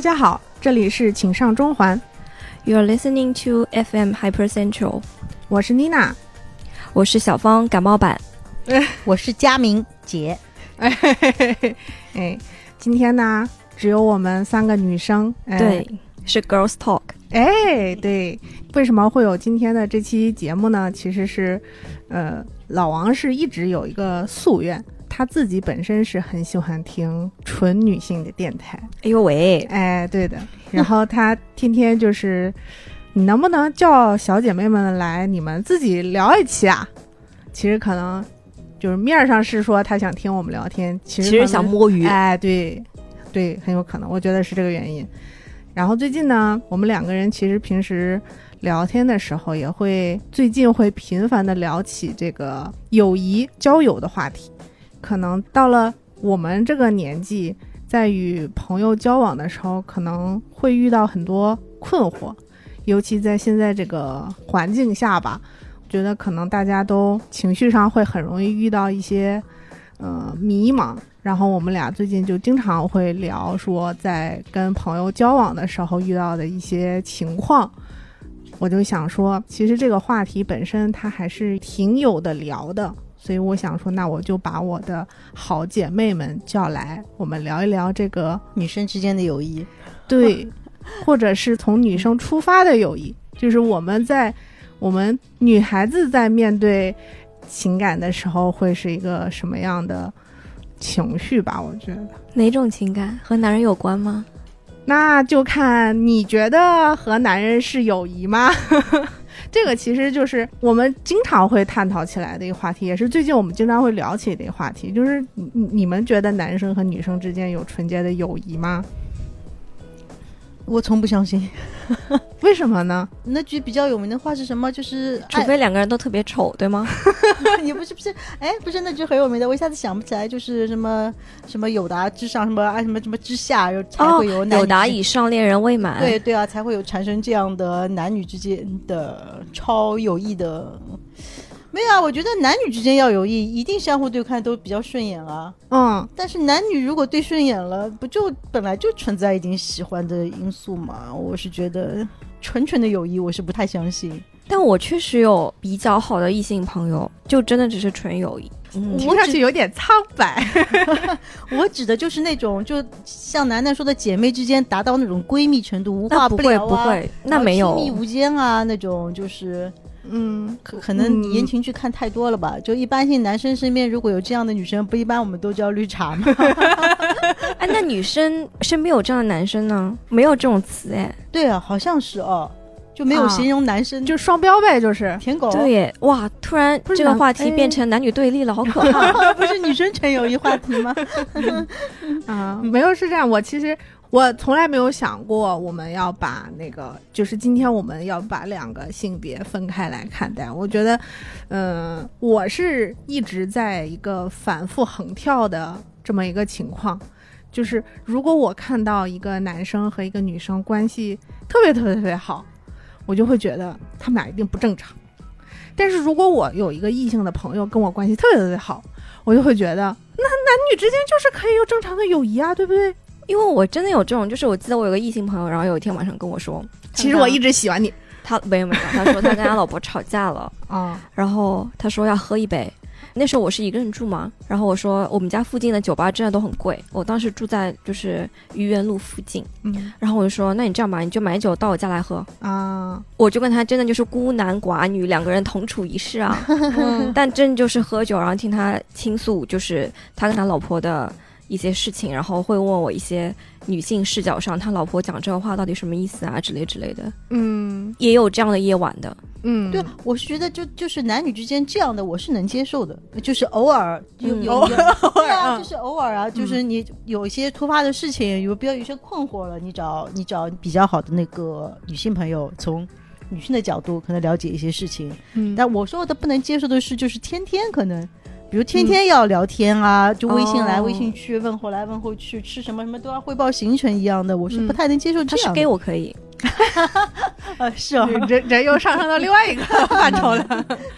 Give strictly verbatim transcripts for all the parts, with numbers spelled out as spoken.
家好，这里是请上中环。 You are listening to F M Hyper Central。 我是妮娜， 我是小芳感冒版， 我是佳明姐。 哎哎，今天呢只有我们三个女生，哎、 对，是 Girls Talk。 哎，对，为什么会有今天的这期节目呢？其实是呃，老王是一直有一个夙愿，他自己本身是很喜欢听纯女性的电台。 哎呦喂， 哎，对的。然后他天天就是你能不能叫小姐妹们来你们自己聊一期啊？其实可能就是面上是说他想听我们聊天，其实其实想摸鱼。 哎，对对，很有可能，我觉得是这个原因。然后最近呢，我们两个人其实平时聊天的时候也会最近会频繁的聊起这个友谊交友的话题。可能到了我们这个年纪，在与朋友交往的时候可能会遇到很多困惑，尤其在现在这个环境下吧，我觉得可能大家都情绪上会很容易遇到一些呃迷茫。然后我们俩最近就经常会聊说在跟朋友交往的时候遇到的一些情况。我就想说其实这个话题本身它还是挺有的聊的，所以我想说那我就把我的好姐妹们叫来，我们聊一聊这个女生之间的友谊。 对，或者是从女生出发的友谊，就是我们在我们女孩子在面对情感的时候会是一个什么样的情绪吧。我觉得哪种情感？和男人有关吗？ 那就看你觉得和男人是友谊吗？这个其实就是我们经常会探讨起来的一个话题，也是最近我们经常会聊起的一个话题，就是你你们觉得男生和女生之间有纯洁的友谊吗？ 我从不相信。 为什么呢？ 那句比较有名的话是什么？就是除非两个人都特别丑，对吗？ 也不是不是，哎，不是那句很有名的，我一下子想不起来，就是什么什么友达之上，什么啊什么什么之下，才会有男女、 哦、友达以上，恋人未满。 对对啊，才会有产生这样的男女之间的超友谊的。没有啊，我觉得男女之间要有意，一定相互对看都比较顺眼啊。 嗯， 但是男女如果对顺眼了，不就本来就存在一定喜欢的因素嘛？我是觉得纯纯的友谊，我是不太相信。 但我确实有比较好的异性朋友，就真的只是纯友谊。 嗯，听上去有点苍白。 我指的就是那种，就像楠楠说的，姐妹之间达到那种闺蜜程度，无话不聊啊， 不会不会，那没有亲密无间啊，那种就是。嗯，可可能你言情剧看太多了吧、嗯、就一般性男生身边如果有这样的女生，不一般我们都叫绿茶吗？ 哎，那女生身边有这样的男生呢？没有这种词哎。 对啊，好像是哦，就没有形容男生、啊、 就双标呗，就是舔狗。 对耶，哇，突然这个话题变成男女对立了，好可怕。 不是女生纯友谊话题吗？ 啊，没有，是这样，我其实我从来没有想过我们要把那个就是今天我们要把两个性别分开来看待。我觉得嗯、呃，我是一直在一个反复横跳的这么一个情况，就是如果我看到一个男生和一个女生关系特别特别特别好，我就会觉得他们俩一定不正常。但是如果我有一个异性的朋友跟我关系特别特别好，我就会觉得那男女之间就是可以有正常的友谊啊，对不对？ 因为我真的有这种，就是我记得我有个异性朋友，然后有一天晚上跟我说， 其实我一直喜欢你。 他没有没有，他说他跟他老婆吵架了啊，然后他说要喝一杯。那时候我是一个人住嘛，然后我说我们家附近的酒吧真的都很贵，我当时住在就是愚园路附近，嗯，然后我就说那你这样吧，你就买酒到我家来喝啊。我就跟他真的就是孤男寡女两个人同处一室啊，嗯，但真就是喝酒，然后听他倾诉，就是他跟他老婆的一些事情，然后会问我一些女性视角上他老婆讲这个话到底什么意思啊之类之类的。嗯，也有这样的夜晚的。 嗯，对，我是觉得就就是男女之间这样的我是能接受的，就是偶尔有、嗯、有偶尔对啊，就是偶尔啊、嗯、就是你有一些突发的事情，有比较有些困惑了，你找你找比较好的那个女性朋友，从女性的角度可能了解一些事情。嗯，但我说的不能接受的是就是天天可能比如天天要聊天啊、嗯、就微信来、哦、微信去，问候来问候去，吃什么什么都要汇报行程一样的，我是不太能接受这样的、嗯、 他是给我可以啊，是哦， 人人又上升到另外一个范畴了。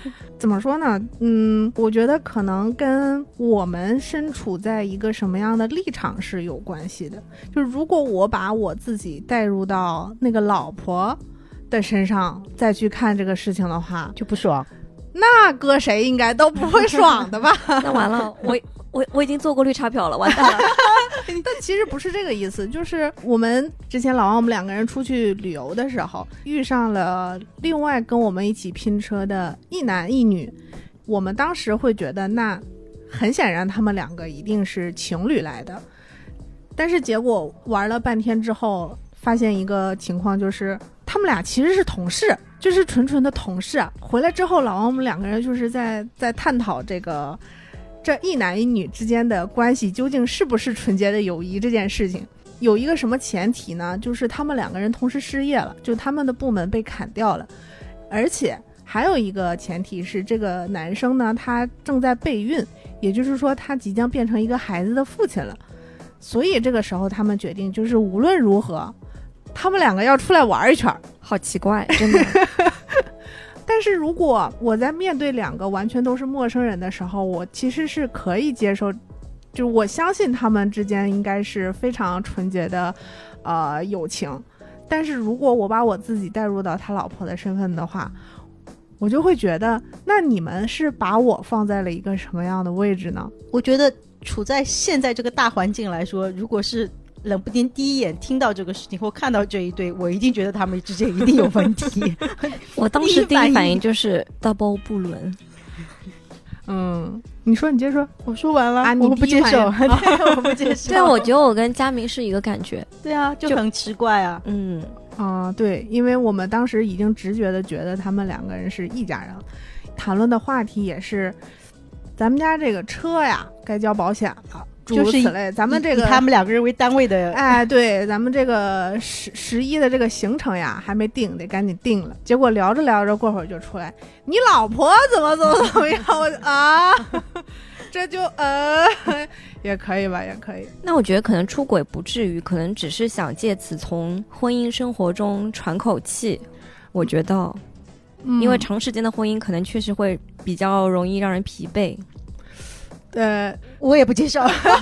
怎么说呢？嗯，我觉得可能跟我们身处在一个什么样的立场是有关系的。就是如果我把我自己带入到那个老婆的身上再去看这个事情的话， 就不爽。 那搁谁应该都不会爽的吧？ 那完了，我我我已经做过绿茶婊了，完蛋了。 但其实不是这个意思，就是我们之前老王我们两个人出去旅游的时候，遇上了另外跟我们一起拼车的一男一女，我们当时会觉得那很显然他们两个一定是情侣来的，但是结果玩了半天之后发现一个情况，就是他们俩其实是同事，就是纯纯的同事啊。回来之后老王我们两个人就是在在探讨这个这一男一女之间的关系究竟是不是纯洁的友谊这件事情。有一个什么前提呢，就是他们两个人同时失业了，就他们的部门被砍掉了，而且还有一个前提是这个男生呢他正在备孕，也就是说他即将变成一个孩子的父亲了。所以这个时候他们决定就是无论如何他们两个要出来玩一圈。 好奇怪，真的。 但是如果我在面对两个完全都是陌生人的时候，我其实是可以接受，就我相信他们之间应该是非常纯洁的呃友情。但是如果我把我自己带入到他老婆的身份的话，我就会觉得那你们是把我放在了一个什么样的位置呢？ 我觉得处在现在这个大环境来说，如果是冷不丁第一眼听到这个事情或看到这一对，我一定觉得他们之间一定有问题。 我当时第一反应就是 double 不伦。 嗯，你说你接着说。 我说完了啊，你我不接受。对，我不接受。 对，我觉得我跟佳明是一个感觉。 对啊，就很奇怪啊。 嗯啊、呃，对，因为我们当时已经直觉的觉得他们两个人是一家人，谈论的话题也是咱们家这个车呀该交保险了，诸如此类。咱们这个以他们两个人为单位的， 哎，对，咱们这个十十一的这个行程呀还没定，得赶紧定了。结果聊着聊着，过会儿就出来，你老婆怎么怎么怎么样？我啊，这就呃也可以吧，也可以。 那我觉得可能出轨不至于，可能只是想借此从婚姻生活中喘口气。我觉得，嗯、因为长时间的婚姻可能确实会比较容易让人疲惫。 呃， 我也不接受。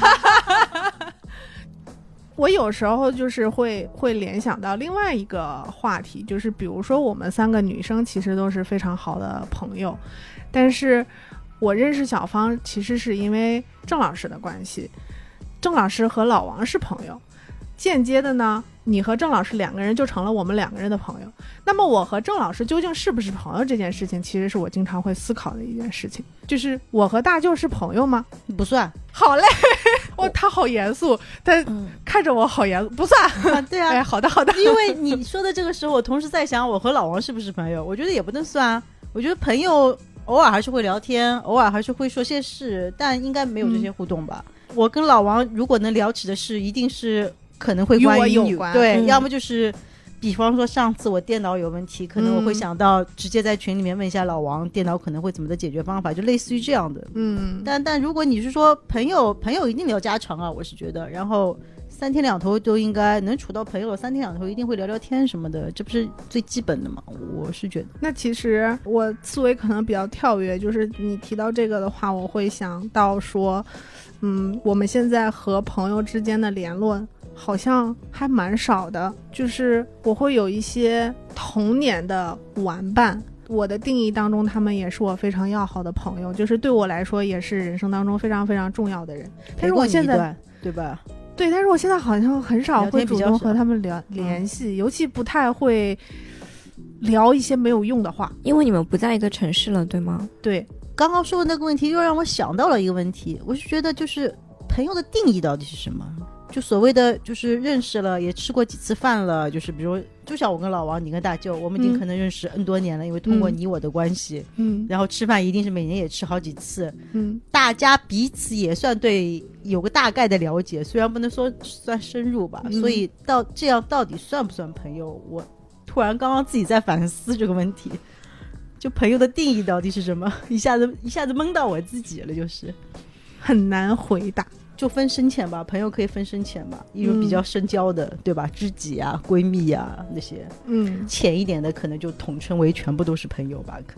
我有时候就是会会联想到另外一个话题，就是比如说我们三个女生其实都是非常好的朋友，但是我认识小芳其实是因为郑老师的关系，郑老师和老王是朋友，间接的呢你和郑老师两个人就成了我们两个人的朋友。那么我和郑老师究竟是不是朋友这件事情，其实是我经常会思考的一件事情。就是我和大舅是朋友吗？ 不算。 好嘞。哦，他好严肃，他看着我好严肃，不算。 啊对啊， 哎，好的好的。 因为你说的这个时候，我同时在想我和老王是不是朋友，我觉得也不能算啊。我觉得朋友偶尔还是会聊天，偶尔还是会说些事，但应该没有这些互动吧。嗯、我跟老王如果能聊起的事，一定是可能会关于有关， 对、 嗯， 要么就是比方说上次我电脑有问题，可能我会想到直接在群里面问一下老王、嗯、电脑可能会怎么的解决方法，就类似于这样的。 嗯， 但但如果你是说朋友，朋友一定聊家常啊，我是觉得，然后三天两头都应该能处到朋友，三天两头一定会聊聊天什么的，这不是最基本的吗？我是觉得。 那其实我思维可能比较跳跃，就是你提到这个的话，我会想到说，嗯，我们现在和朋友之间的联络好像还蛮少的，就是我会有一些童年的玩伴，我的定义当中他们也是我非常要好的朋友，就是对我来说也是人生当中非常非常重要的人。但是我现在对吧？ 对，但是我现在好像很少会主动和他们聊联系、嗯、尤其不太会聊一些没有用的话， 因为你们不在一个城市了，对吗？ 对， 刚刚说的那个问题又让我想到了一个问题，我是觉得就是朋友的定义到底是什么？就所谓的就是认识了也吃过几次饭了，就是比如就像我跟老王你跟大舅，我们已经可能认识 N 多年了、嗯、因为通过你我的关系，嗯，然后吃饭一定是每年也吃好几次，嗯，大家彼此也算对有个大概的了解，虽然不能说算深入吧、嗯、所以到这样到底算不算朋友，我突然刚刚自己在反思这个问题，就朋友的定义到底是什么，一下子一下子蒙到我自己了，就是很难回答。 就分深浅吧，朋友可以分深浅吧，一种比较深交的、嗯、对吧，知己啊闺蜜啊那些，嗯，浅一点的可能就统称为全部都是朋友吧，可能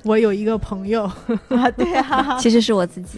我有一个朋友啊，对啊， 其实是我自己。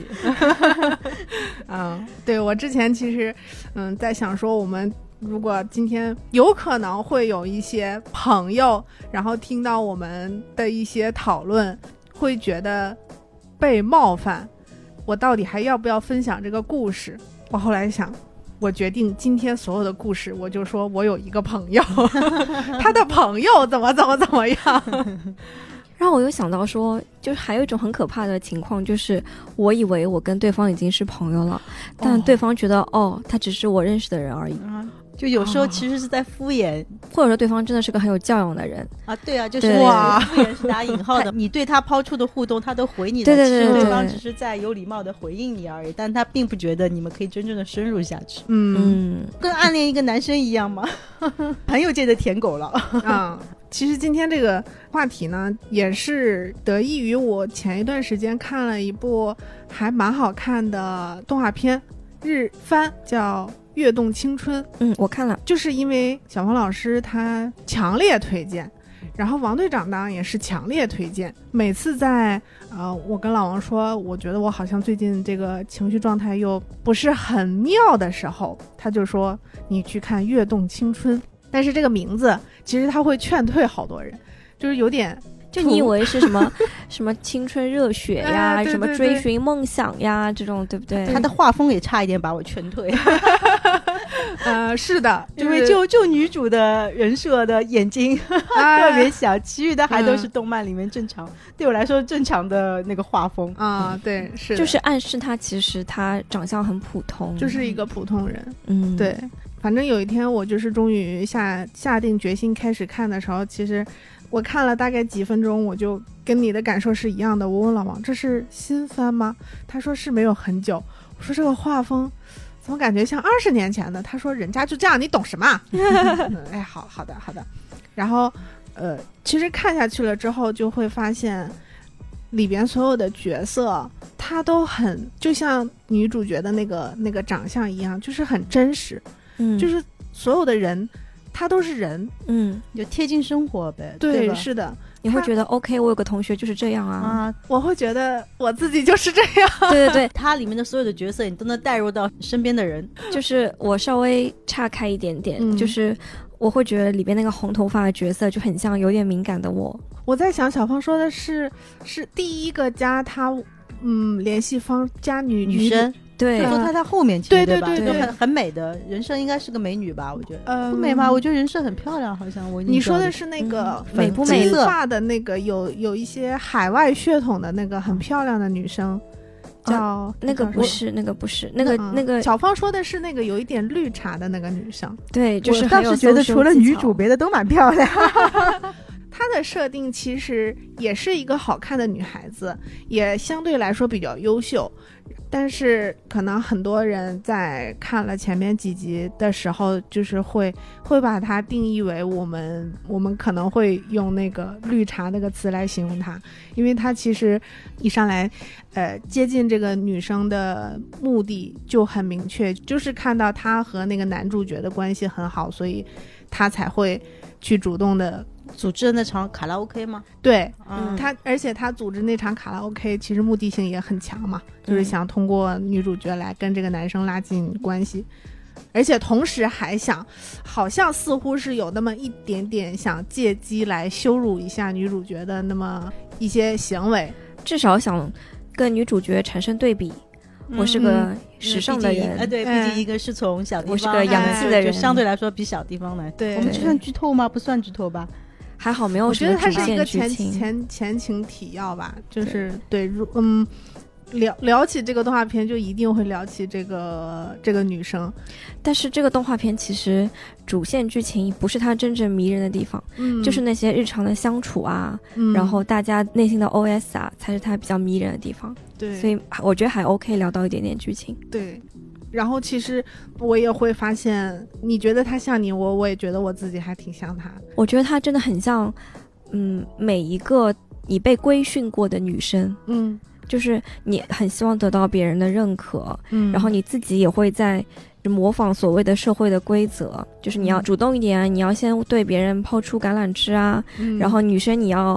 嗯，对，我之前其实嗯在想说，我们如果今天有可能会有一些朋友，然后听到我们的一些讨论，会觉得被冒犯，我到底还要不要分享这个故事？我后来想，我决定今天所有的故事，我就说我有一个朋友，他的朋友怎么怎么怎么样。 让我又想到说，就是还有一种很可怕的情况，就是我以为我跟对方已经是朋友了，但对方觉得 哦, 哦他只是我认识的人而已。 嗯，就有时候其实是在敷衍、哦、 或者说对方真的是个很有教养的人啊。对啊，就是哇，敷衍是打引号的。你对他抛出的互动他都回你了， 对对对对对， 其实对方只是在有礼貌的回应你而已，但他并不觉得你们可以真正的深入下去。 嗯， 跟暗恋一个男生一样吗？朋友界的舔狗了。 嗯，其实今天这个话题呢，也是得益于我前一段时间看了一部还蛮好看的动画片，日番，叫《跃动青春》。 嗯，我看了， 就是因为小峰老师他强烈推荐，然后王队长当然也是强烈推荐。每次在呃，我跟老王说，我觉得我好像最近这个情绪状态又不是很妙的时候，他就说你去看《跃动青春》。但是这个名字其实他会劝退好多人，就是有点， 就你以为是什么什么青春热血呀、哎、对对对，什么追寻梦想呀这种，对不对？ 他的画风也差一点把我劝退。 呃，是的， 因为就就女主的人设的眼睛特别小，其余的还都是动漫里面正常、嗯、对我来说正常的那个画风啊、嗯。对，是的， 就是暗示他其实他长相很普通， 就是一个普通人。 嗯， 对。反正有一天我就是终于下下定决心开始看的时候，其实我看了大概几分钟，我就跟你的感受是一样的。我问老王这是新番吗？他说是没有很久。我说这个画风怎么感觉像二十年前的？他说人家就这样，你懂什么？嗯、哎，好好的好的。然后呃，其实看下去了之后就会发现里边所有的角色他都很就像女主角的那个那个长相一样，就是很真实。 嗯， 就是所有的人他都是人， 嗯， 就贴近生活呗。 对, 对是的， 你会觉得 OK 我有个同学就是这样啊啊，我会觉得我自己就是这样。 对对对， 他里面的所有的角色你都能带入到身边的人。 就是我稍微岔开一点点、嗯、就是我会觉得里边那个红头发的角色就很像有点敏感的我。 我在想小芳说的是是第一个加他嗯联系方加女女生， 对， 就说她在后面其实对对对对, 对, 对很很美的人设，应该是个美女吧？我觉得， 呃， 不美吗？我觉得人设很漂亮，好像我。 你说的是那个、 嗯、美不美金发的那个有有一些海外血统的那个很漂亮的女生，叫、 哦、那个不是那个不是那个、嗯、那个小芳说的是那个有一点绿茶的那个女生。 对，就是我倒是觉得除了女主别的都蛮漂亮。 她的设定其实也是一个好看的女孩子，也相对来说比较优秀，但是可能很多人在看了前面几集的时候，就是会会把它定义为我们我们可能会用那个绿茶那个词来形容她，因为她其实一上来呃接近这个女生的目的就很明确，就是看到她和那个男主角的关系很好，所以她才会去主动的组织那场卡拉 OK 吗？ 对，嗯，他而且他组织那场卡拉 OK 其实目的性也很强嘛，就是想通过女主角来跟这个男生拉近关系，而且同时还想好像似乎是有那么一点点想借机来羞辱一下女主角的那么一些行为， 至少想跟女主角产生对比。我是个时尚的人， 哎、嗯，对，毕竟一个是从小地方， 我是个洋气的人， 就相对来说比小地方来。 对， 我们这算剧透吗？不算剧透吧？ 还好没有什么主线剧情。 我觉得它是一个前前前情提要吧，就是对，对嗯，聊聊起这个动画片，就一定会聊起这个这个女生。 但是这个动画片其实主线剧情不是它真正迷人的地方，嗯，就是那些日常的相处啊，嗯，然后大家内心的 O S 啊，才是它比较迷人的地方。 对， 所以我觉得还 OK 聊到一点点剧情。 对，然后其实我也会发现，你觉得他像你，我我也觉得我自己还挺像他。 我觉得他真的很像，嗯，每一个你被规训过的女生， 嗯， 就是你很希望得到别人的认可， 嗯， 然后你自己也会在模仿所谓的社会的规则，就是你要主动一点啊，你要先对别人抛出橄榄枝啊， 嗯， 然后女生你要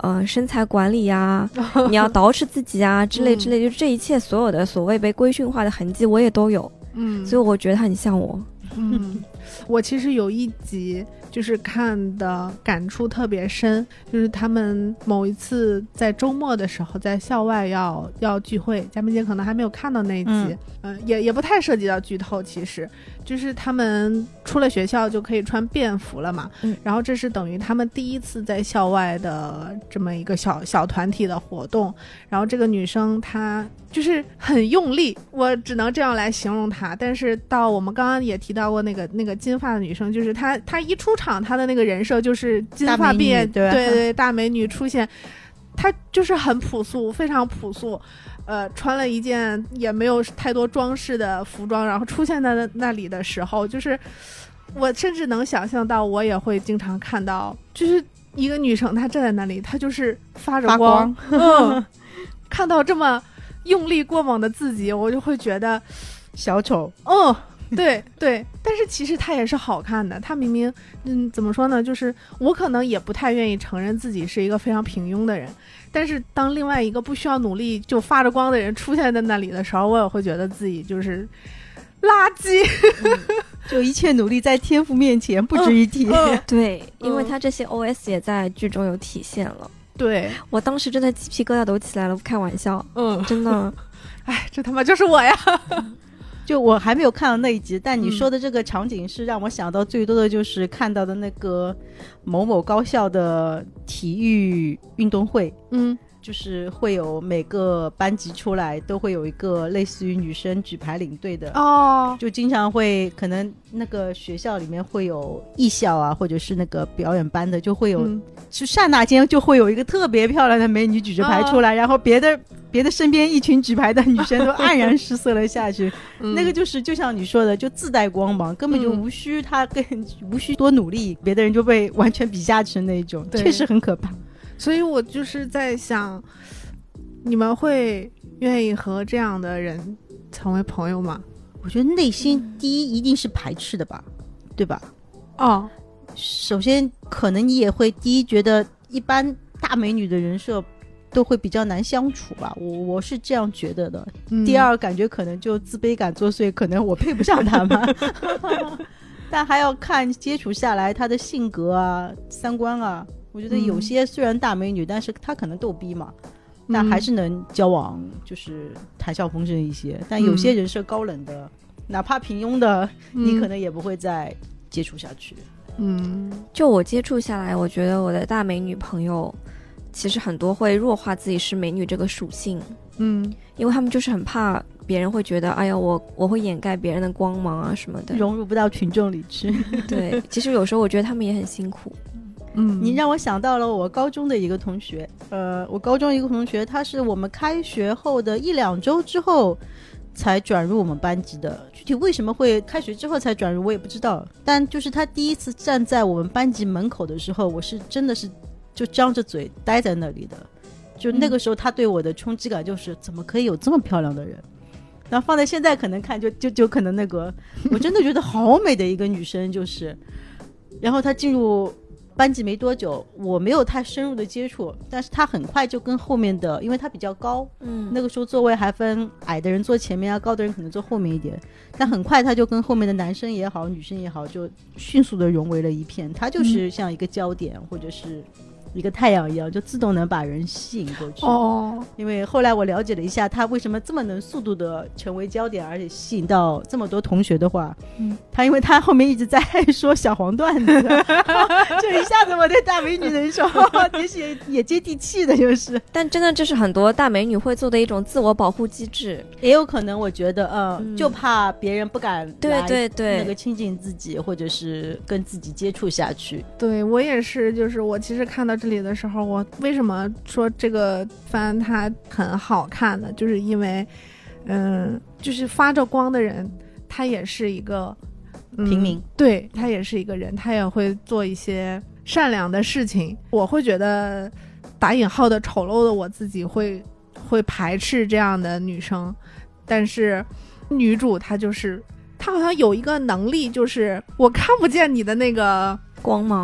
呃身材管理呀、啊，你要捯饬自己啊之类之类，嗯、就这一切所有的所谓被规训化的痕迹，我也都有。嗯，所以我觉得他很像我。 嗯，我其实有一集就是看的感触特别深，就是他们某一次在周末的时候在校外要要聚会，佳明姐可能还没有看到那一集，嗯、呃，也也不太涉及到剧透，其实就是他们出了学校就可以穿便服了嘛，嗯，然后这是等于他们第一次在校外的这么一个小小团体的活动，然后这个女生她就是很用力，我只能这样来形容她。但是到我们刚刚也提到过那个那个金发的女生，就是她她一出场她的那个人设就是金发碧眼，对对对，大美女出现，她就是很朴素，非常朴素，呃，穿了一件也没有太多装饰的服装，然后出现在那里的时候，就是我甚至能想象到，我也会经常看到，就是一个女生她站在那里，她就是发着光，发光嗯，看到这么用力过猛的自己，我就会觉得小丑。 嗯，对对，但是其实她也是好看的。她明明，嗯，怎么说呢？就是我可能也不太愿意承认自己是一个非常平庸的人，但是当另外一个不需要努力就发着光的人出现在那里的时候，我也会觉得自己就是垃圾。 嗯、就一切努力在天赋面前不值一提。 嗯嗯、对，因为他这些 O S 也在剧中有体现了。 对， 我当时真的鸡皮疙瘩都起来了，不开玩笑。嗯，真的。 哎，这他妈就是我呀！ 就我还没有看到那一集，但你说的这个场景是让我想到最多的就是看到的那个某某高校的体育运动会。嗯，就是会有每个班级出来都会有一个类似于女生举牌领队的哦，就经常会可能那个学校里面会有艺校啊，或者是那个表演班的，就会有、嗯、就刹那间就会有一个特别漂亮的美女举着牌出来、哦、然后别的别的身边一群举牌的女生都黯然失色了下去、嗯、那个就是就像你说的就自带光芒，根本就无需他跟、嗯、无需多努力，别的人就被完全比下去那种，确实很可怕。 所以我就是在想，你们会愿意和这样的人成为朋友吗？ 我觉得内心第一一定是排斥的吧，对吧？ 哦， 首先可能你也会第一觉得一般大美女的人设都会比较难相处吧，我我是这样觉得的、嗯、第二感觉可能就自卑感作祟，可能我配不上他们但还要看接触下来他的性格啊三观啊，我觉得有些虽然大美女、嗯、但是她可能逗逼嘛，但还是能交往，就是谈笑风生一些、嗯、但有些人设高冷的、嗯、哪怕平庸的、嗯、你可能也不会再接触下去。 嗯，就我接触下来，我觉得我的大美女朋友其实很多会弱化自己是美女这个属性。嗯，因为他们就是很怕别人会觉得哎呀我我会掩盖别人的光芒啊什么的， 融入不到群众里去对，其实有时候我觉得他们也很辛苦。 嗯，你让我想到了我高中的一个同学，呃，我高中一个同学，他是我们开学后的一两周之后才转入我们班级的，具体为什么会开学之后才转入我也不知道，但就是他第一次站在我们班级门口的时候，我是真的是就张着嘴待在那里的，就那个时候他对我的冲击感就是怎么可以有这么漂亮的人，然后放在现在可能看就就就可能那个我真的觉得好美的一个女生，就是然后她进入班级没多久，我没有太深入的接触，但是他很快就跟后面的，因为他比较高，嗯，那个时候座位还分矮的人坐前面啊，高的人可能坐后面一点，但很快他就跟后面的男生也好女生也好就迅速的融为了一片，他就是像一个焦点、嗯、或者是一个太阳一样，就自动能把人吸引过去。哦，因为后来我了解了一下他为什么这么能速度的成为焦点，而且吸引到这么多同学的话，嗯，他因为他后面一直在说小黄段子就一下子我对大美女的时候也也也接地气的，就是但真的这是很多大美女会做的一种自我保护机制， 也有可能我觉得呃、嗯，就怕别人不敢对对对那个亲近自己或者是跟自己接触下去。 对，我也是，就是我其实看到这里的时候，我为什么说这个番它很好看呢？就是因为嗯，就是发着光的人他也是一个、 嗯、平民， 对，他也是一个人，他也会做一些善良的事情。我会觉得打引号的丑陋的我自己会会排斥这样的女生，但是女主她就是她好像有一个能力，就是我看不见你的那个光芒，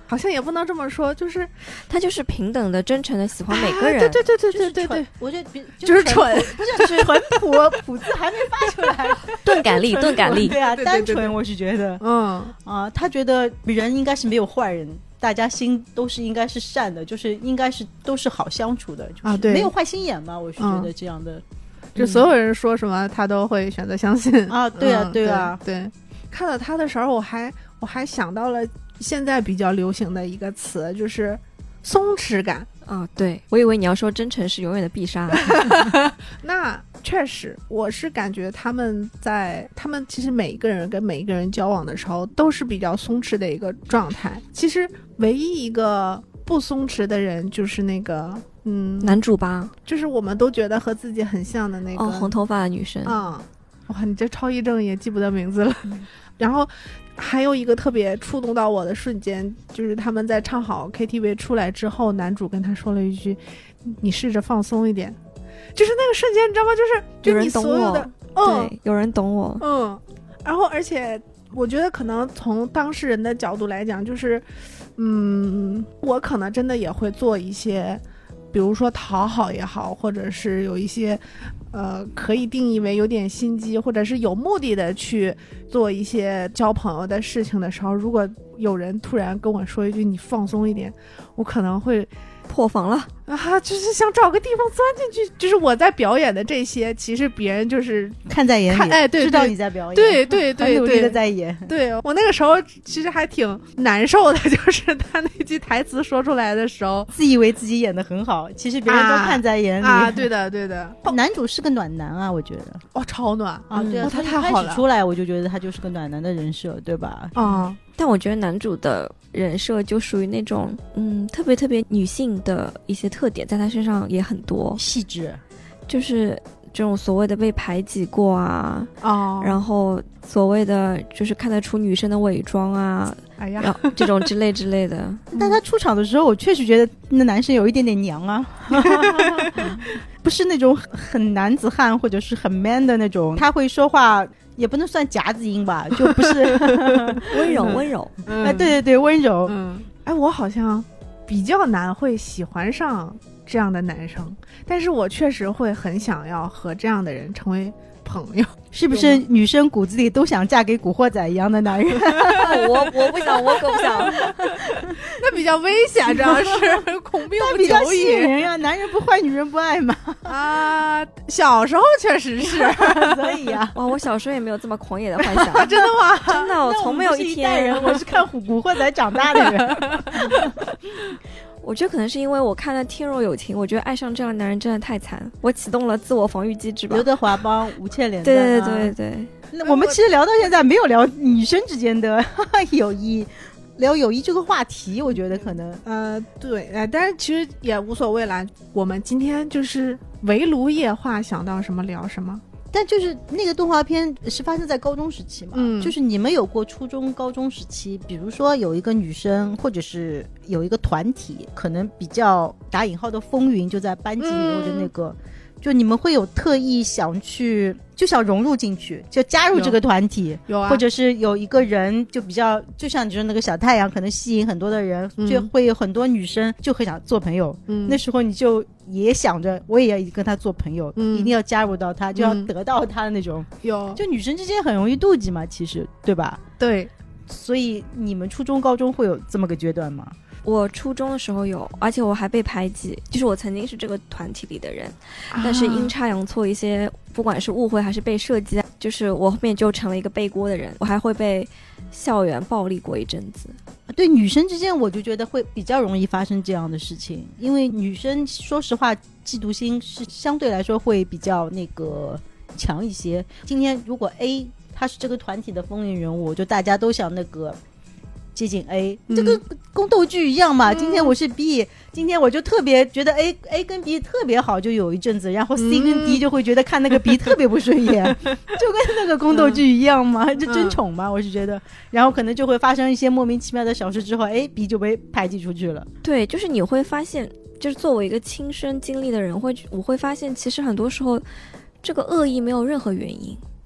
好像也不能这么说，就是他就是平等的、真诚的喜欢每个人。 啊、对对对对对对对， 我觉得就是蠢， 不是就是淳朴，朴字还没发出来， 钝感力，钝感力。 对啊， 对对对对单纯，我是觉得， 嗯啊，他觉得人应该是没有坏人。大家心都是应该是善的，就是应该是都是好相处的，就是、 啊，对， 没有坏心眼嘛。我是觉得这样的， 嗯、就所有人说什么他都会选择相信啊。对啊， 嗯、 对啊对，对。看到他的时候，我还我还想到了现在比较流行的一个词，就是松弛感。 啊，对，我以为你要说真诚是永远的必杀。 那确实，我是感觉他们在他们其实每一个人跟每一个人交往的时候都是比较松弛的一个状态。其实唯一一个不松弛的人就是那个嗯男主吧， 就是我们都觉得和自己很像的那个、 哦、红头发的女生啊、嗯。哇，你这超一正也记不得名字了。 嗯、 然后还有一个特别触动到我的瞬间，就是他们在唱好 K T V 出来之后，男主跟他说了一句：“你试着放松一点。”就是那个瞬间，你知道吗？就是就是你所有的， 嗯，对，有人懂我， 嗯。然后，而且我觉得可能从当事人的角度来讲，就是，嗯，我可能真的也会做一些，比如说讨好也好，或者是有一些。呃，可以定义为有点心机，或者是有目的的去做一些交朋友的事情的时候，如果有人突然跟我说一句“你放松一点”，我可能会破防了啊，就是想找个地方钻进去。就是我在表演的这些，其实别人就是看在眼里， 哎，对， 知道你在表演， 对对对对， 很努力的在演。 对，我那个时候其实还挺难受的，就是他那句台词说出来的时候， 自以为自己演得很好，其实别人都看在眼里。 啊，啊对的对的。 男主是个暖男啊，我觉得。 哦，超暖啊！对啊， 哦、他太好了。 出来我就觉得他就是个暖男的人设，对吧？ 啊、嗯， 但我觉得男主的人设就属于那种嗯特别特别女性的一些特点在他身上也很多， 细致， 就是这种所谓的被排挤过啊， 哦， 然后所谓的就是看得出女生的伪装啊， 哎呀， 然后这种之类之类的。 但他出场的时候，我确实觉得那男生有一点点娘啊，不是那种很男子汉或者是很 man 的那种，他会说话。也不能算夹子音吧，就不是温柔温柔， 嗯、哎，对对对，温柔。 嗯，哎，我好像比较难会喜欢上这样的男生，但是我确实会很想要和这样的人成为朋友。 是不是女生骨子里都想嫁给古惑仔一样的男人？ 我我不想，我可不想。 那比较危险，主要是恐病不久矣呀。男人不坏，女人不爱嘛。 啊，小时候确实是， 所以呀、啊， 哇，我小时候也没有这么狂野的幻想。 真的吗？ 真的，我从没有一天。 一人，我是看古古惑仔长大的人。 我觉得可能是因为我看了《天若有情》，我觉得爱上这样的男人真的太惨，我启动了自我防御机制吧。 刘德华帮吴倩莲、啊。 对对对对。 那我们其实聊到现在没有聊女生之间的友谊，聊友谊这个话题，我觉得可能呃对，呃，但是其实也无所谓啦。我们今天就是围炉夜话，想到什么聊什么。 但就是那个动画片是发生在高中时期嘛，嗯，就是你们有过初中高中时期，比如说有一个女生或者是有一个团体可能比较打引号的风云就在班级里或者那个、嗯、就你们会有特意想去就想融入进去就加入这个团体， 有啊， 或者是有一个人就比较就像你说那个小太阳可能吸引很多的人、嗯、就会有很多女生就很想做朋友、嗯、那时候你就也想着我也要跟他做朋友、嗯、一定要加入到他就要得到他的那种、 嗯、有就女生之间很容易妒忌嘛其实对吧， 对， 所以你们初中高中会有这么个阶段吗？ 我初中的时候有，而且我还被排挤，就是我曾经是这个团体里的人、啊、但是阴差阳错一些不管是误会还是被设计，就是我后面就成了一个背锅的人，我还会被校园暴力过一阵子。 对女生之间我就觉得会比较容易发生这样的事情，因为女生说实话嫉妒心是相对来说会比较那个强一些。今天如果 A 他是这个团体的风云人物，就大家都想那个接近 A、嗯、这个宫斗剧一样嘛、嗯、今天我是 B， 今天我就特别觉得 A A 跟 B 特别好就有一阵子，然后 C 跟 D 就会觉得看那个 B 特别不顺眼、嗯、就跟那个宫斗剧一样嘛、嗯、就争宠嘛、嗯、我是觉得，然后可能就会发生一些莫名其妙的小事之后，哎 B 就被排挤出去了。 对，就是你会发现就是作为一个亲身经历的人会我会发现其实很多时候这个恶意没有任何原因，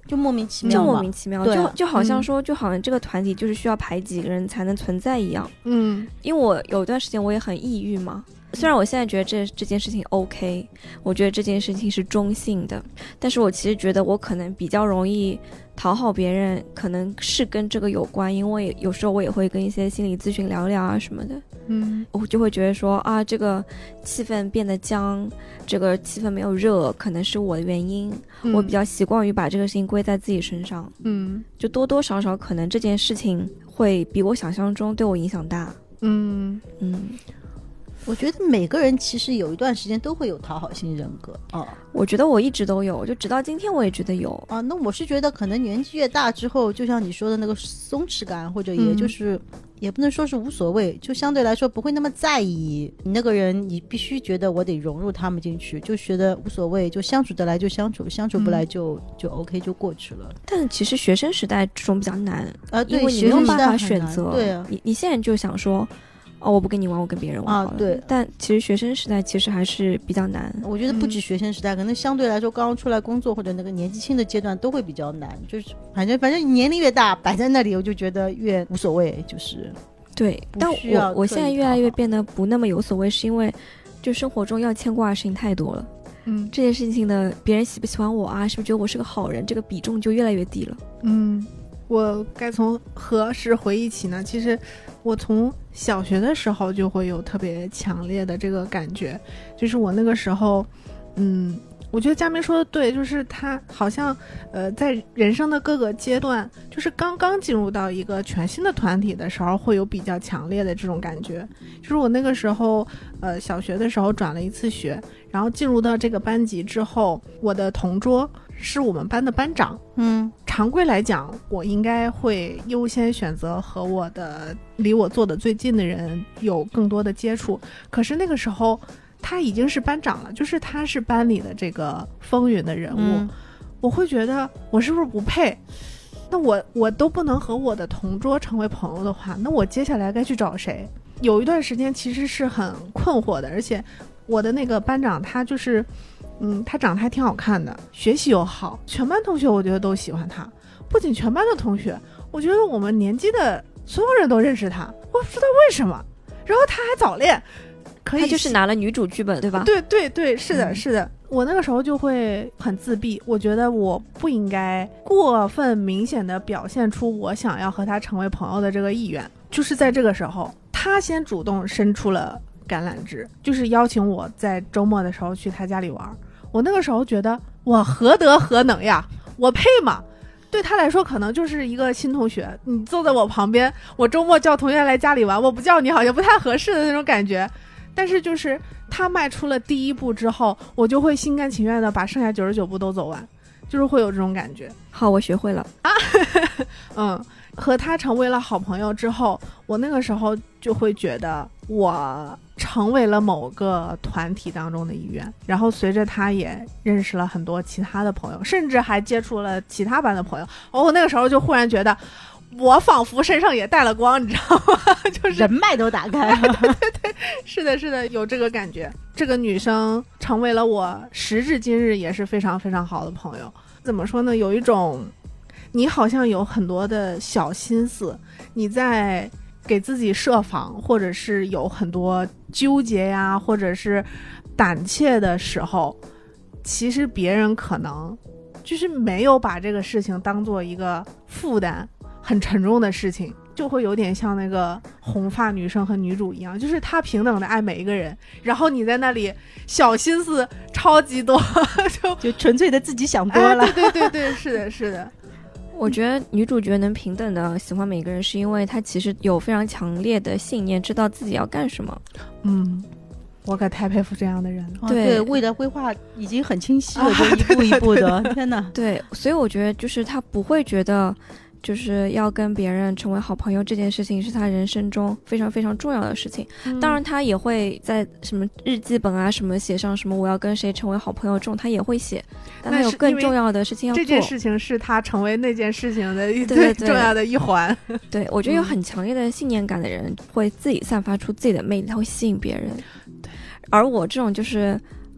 就莫名其妙就莫名其妙，就就好像说、嗯、就好像这个团体就是需要排几个人才能存在一样。 嗯， 因为我有一段时间我也很抑郁嘛，虽然我现在觉得这这件事情 OK， 我觉得这件事情是中性的，但是我其实觉得我可能比较容易讨好别人，可能是跟这个有关，因为有时候我也会跟一些心理咨询聊聊啊什么的。 嗯， 我就会觉得说啊，这个气氛变得僵，这个气氛没有热，可能是我的原因、嗯、我比较习惯于把这个事情归在自己身上。 嗯， 就多多少少可能这件事情会比我想象中对我影响大。 嗯嗯， 我觉得每个人其实有一段时间都会有讨好型人格啊， 我觉得我一直都有，就直到今天我也觉得有啊。那我是觉得可能年纪越大之后，就像你说的那个松弛感，或者也就是、嗯、也不能说是无所谓，就相对来说不会那么在意你那个人，你必须觉得我得融入他们进去，就觉得无所谓，就相处得来就相处，相处不来就、嗯、就 OK 就过去了。 但其实学生时代这种比较难啊，对， 因为你没有办法选择。 对啊， 你你现在就想说哦，我不跟你玩，我跟别人玩好了、 啊、对， 但其实学生时代其实还是比较难。 我觉得不止学生时代、嗯、可能相对来说刚刚出来工作或者那个年纪轻的阶段都会比较难，就是反正反正年龄越大摆在那里我就觉得越无所谓，就是对。但我我现在越来越变得不那么有所谓，是因为就生活中要牵挂的事情太多了。 嗯， 这件事情的别人喜不喜欢我啊，是不是觉得我是个好人，这个比重就越来越低了。 嗯，我该从何时回忆起呢？其实我从小学的时候就会有特别强烈的这个感觉，就是我那个时候嗯，我觉得佳明说的对，就是他好像呃在人生的各个阶段，就是刚刚进入到一个全新的团体的时候会有比较强烈的这种感觉。就是我那个时候呃小学的时候转了一次学，然后进入到这个班级之后，我的同桌是我们班的班长。 嗯， 常规来讲我应该会优先选择和我的离我坐的最近的人有更多的接触，可是那个时候他已经是班长了，就是他是班里的这个风云的人物、嗯、我会觉得我是不是不配，那我我都不能和我的同桌成为朋友的话，那我接下来该去找谁？有一段时间其实是很困惑的，而且我的那个班长他就是嗯，他长得还挺好看的，学习又好，全班同学我觉得都喜欢他，不仅全班的同学，我觉得我们年级的所有人都认识他，我不知道为什么。然后他还早恋，可以他就是拿了女主剧本对吧？ 对对对，是的、嗯、是的。我那个时候就会很自闭，我觉得我不应该过分明显的表现出我想要和他成为朋友的这个意愿。就是在这个时候，他先主动伸出了橄榄枝，就是邀请我在周末的时候去他家里玩。我那个时候觉得我何德何能呀，我配吗？对他来说可能就是一个新同学，你坐在我旁边，我周末叫同学来家里玩，我不叫你好像不太合适的那种感觉。但是就是他迈出了第一步之后，我就会心甘情愿的把剩下九十九步都走完，就是会有这种感觉。 好，我学会了啊。嗯，和他成为了好朋友之后，我那个时候就会觉得我成为了某个团体当中的一员，然后随着他也认识了很多其他的朋友，甚至还接触了其他班的朋友。哦，我那个时候就忽然觉得我仿佛身上也带了光，你知道吗？就是人脉都打开了。 对对对，是的是的，有这个感觉。这个女生成为了我时至今日也是非常非常好的朋友。怎么说呢，有一种你好像有很多的小心思，你在给自己设防，或者是有很多纠结呀，或者是胆怯的时候，其实别人可能就是没有把这个事情当做一个负担很沉重的事情，就会有点像那个红发女生和女主一样，就是她平等的爱每一个人，然后你在那里小心思超级多，就就纯粹的自己想多了、 哎、对对对对，是的是的。 我觉得女主角能平等的喜欢每个人，是因为她其实有非常强烈的信念，知道自己要干什么。 嗯，我可太佩服这样的人了。 哦、对, 对，未来规划已经很清晰了，就、啊、一步一步的。对对对对，天哪！ 对，所以我觉得就是她不会觉得就是要跟别人成为好朋友这件事情是他人生中非常非常重要的事情、嗯、当然他也会在什么日记本啊什么写上什么我要跟谁成为好朋友这种他也会写，但他有更重要的事情要做。 这件事情是他成为那件事情的一最重要的一环。 对, 对, 对, 对，我觉得有很强烈的信念感的人会自己散发出自己的魅力，他会吸引别人。对，而我这种就是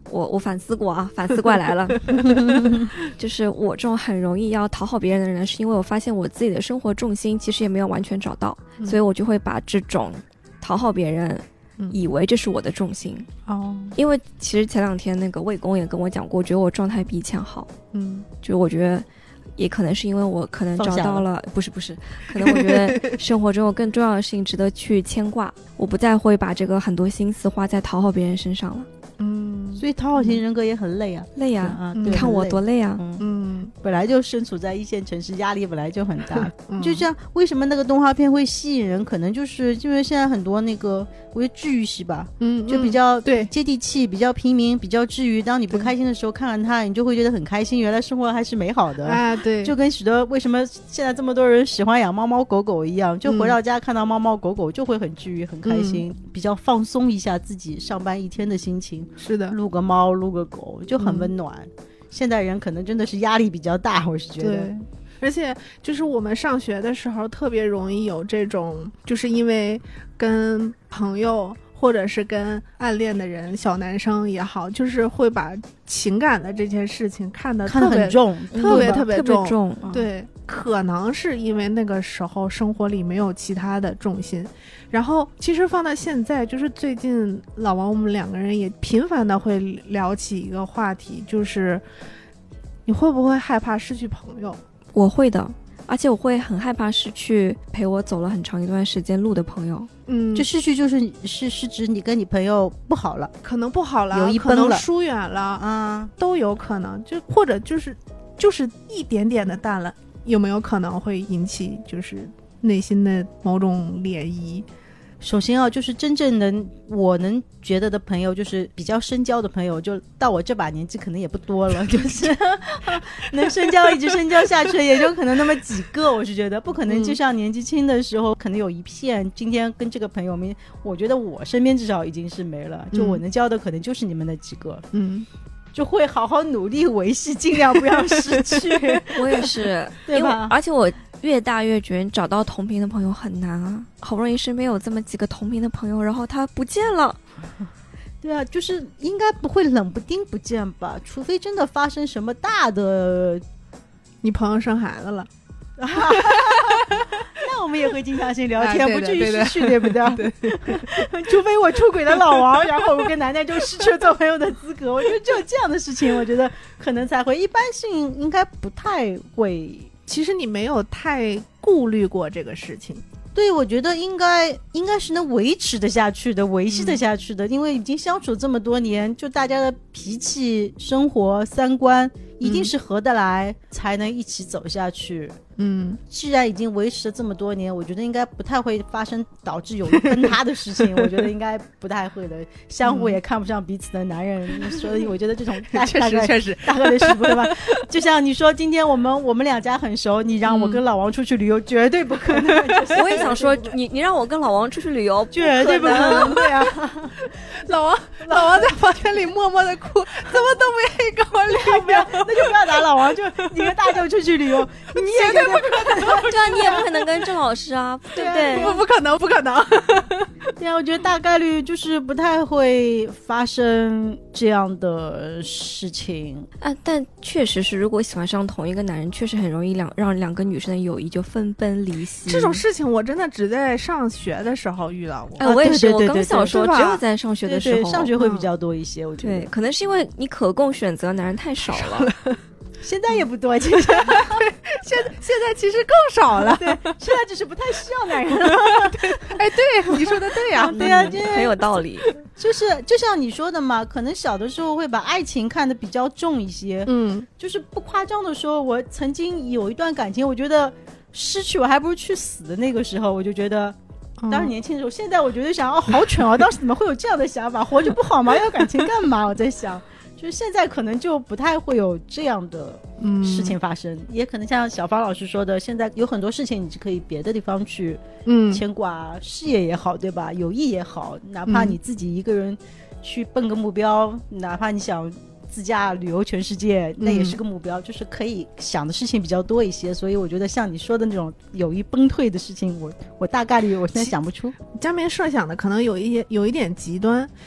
我我反思过啊，反思过来了。就是我这种很容易要讨好别人的人，是因为我发现我自己的生活重心其实也没有完全找到，嗯、所以我就会把这种讨好别人。以为这是我的重心哦，因为其实前两天那个魏公也跟我讲过，我觉得我状态比以前好，嗯，就我觉得也可能是因为我可能找到了，不是不是，可能我觉得生活中有更重要的事情值得去牵挂，我不再会把这个很多心思花在讨好别人身上了。嗯， 所以讨好型人格也很累啊， 累啊，啊你看我多累啊， 嗯，本来就身处在一线城市，压力本来就很大。就像为什么那个动画片会吸引人，可能就是因为现在很多那个我觉得治愈系吧，嗯，就比较对接地气，比较平民，比较治愈。当你不开心的时候看看它，你就会觉得很开心，原来生活还是美好的啊。对， 就跟许多为什么现在这么多人喜欢养猫猫狗狗一样，就回到家看到猫猫狗狗就会很治愈，很开心，嗯、比较放松一下自己上班一天的心情。 是的， 撸个猫撸个狗就很温暖、嗯、现代人可能真的是压力比较大，我是觉得。 对，而且就是我们上学的时候特别容易有这种，就是因为跟朋友或者是跟暗恋的人，小男生也好，就是会把情感的这件事情看得看得很重， 特别特别重， 特别重。 对，可能是因为那个时候生活里没有其他的重心。然后其实放到现在，就是最近老王我们两个人也频繁的会聊起一个话题，就是你会不会害怕失去朋友？ 我会的，而且我会很害怕失去陪我走了很长一段时间路的朋友。 嗯，这失去就是是是指你跟你朋友不好了， 可能不好了， 有一可能疏远了啊、嗯，都有可能，就或者就是就是一点点的淡了，有没有可能会引起就是内心的某种涟漪？ 首先啊，就是真正能我能觉得的朋友，就是比较深交的朋友，就到我这把年纪可能也不多了，就是能深交一直深交下去，也就可能那么几个。我是觉得不可能，就像年纪轻的时候，可能有一片。今天跟这个朋友们，我觉得我身边至少已经是没了，就我能交的可能就是你们那几个。嗯。就会好好努力维系，尽量不要失去。 我也是，对吧？而且我越大越觉得找到同频的朋友很难啊，好不容易身边有这么几个同频的朋友，然后他不见了。 对啊，就是应该不会冷不丁不见吧？除非真的发生什么大的， 你朋友生孩子了。 那我们也会经常性聊天、 啊、 不至于失去，对不对？ 对除非我出轨了老王，然后我跟楠楠就失去了做朋友的资格。我觉得只有这样的事情，我觉得可能才会，一般性应该不太会。 其实你没有太顾虑过这个事情。 对，我觉得应该应该是能维持得下去的，维系得下去的、嗯、因为已经相处这么多年，就大家的脾气、生活、三观一定是合得来、嗯、才能一起走下去。嗯，既然已经维持了这么多年，我觉得应该不太会发生导致有人崩塌的事情。我觉得应该不太会的，相互也看不上彼此的男人，嗯、所以我觉得这种大确实确实大概率是不会吧。就像你说，今天我们我们两家很熟，你让我跟老王出去旅游，嗯、绝对不可能。 我也想说，你你让我跟老王出去旅游， 绝对不可能。对啊， 老王老王在房间里默默的哭，怎么都不愿意跟我旅游， 那就不要打老王，就你跟大舅出去旅游，你也绝对。 对啊，你也不可能跟郑老师啊，对不对？ 不不可能，不可能。 对啊，我觉得大概率就是不太会发生这样的事情啊。但确实是，如果喜欢上同一个男人，确实很容易两让两个女生的友谊就分崩离析。 这种事情我真的只在上学的时候遇到过。 哎，我也是， 啊、对对对对我刚想说，只有在上学的时候， 对对上学会比较多一些。嗯、我觉得， 对，可能是因为你可供选择男人太少了。 现在也不多，其实对， 现在现在其实更少了。 对，现在只是不太需要男人了。 对，哎，对，你说的对呀、啊， 对呀、啊， 很有道理。 就是就像你说的嘛，可能小的时候会把爱情看得比较重一些。嗯，就是不夸张的说，我曾经有一段感情，我觉得失去我还不如去死的那个时候，我就觉得。当时年轻的时候，现在我觉得想，哦，好蠢哦！当时怎么会有这样的想法？活着不好吗？要感情干嘛？我在想。就是现在可能就不太会有这样的事情发生、嗯、也可能像小芳老师说的，现在有很多事情你是可以别的地方去牵挂、嗯、事业也好，对吧？友谊也好，哪怕你自己一个人去奔个目标、嗯、哪怕你想自驾旅游全世界，那也是个目标、嗯、就是可以想的事情比较多一些。所以我觉得像你说的那种友谊崩退的事情，我我大概率我现在想不出。 江明设想的可能有一有一点极端，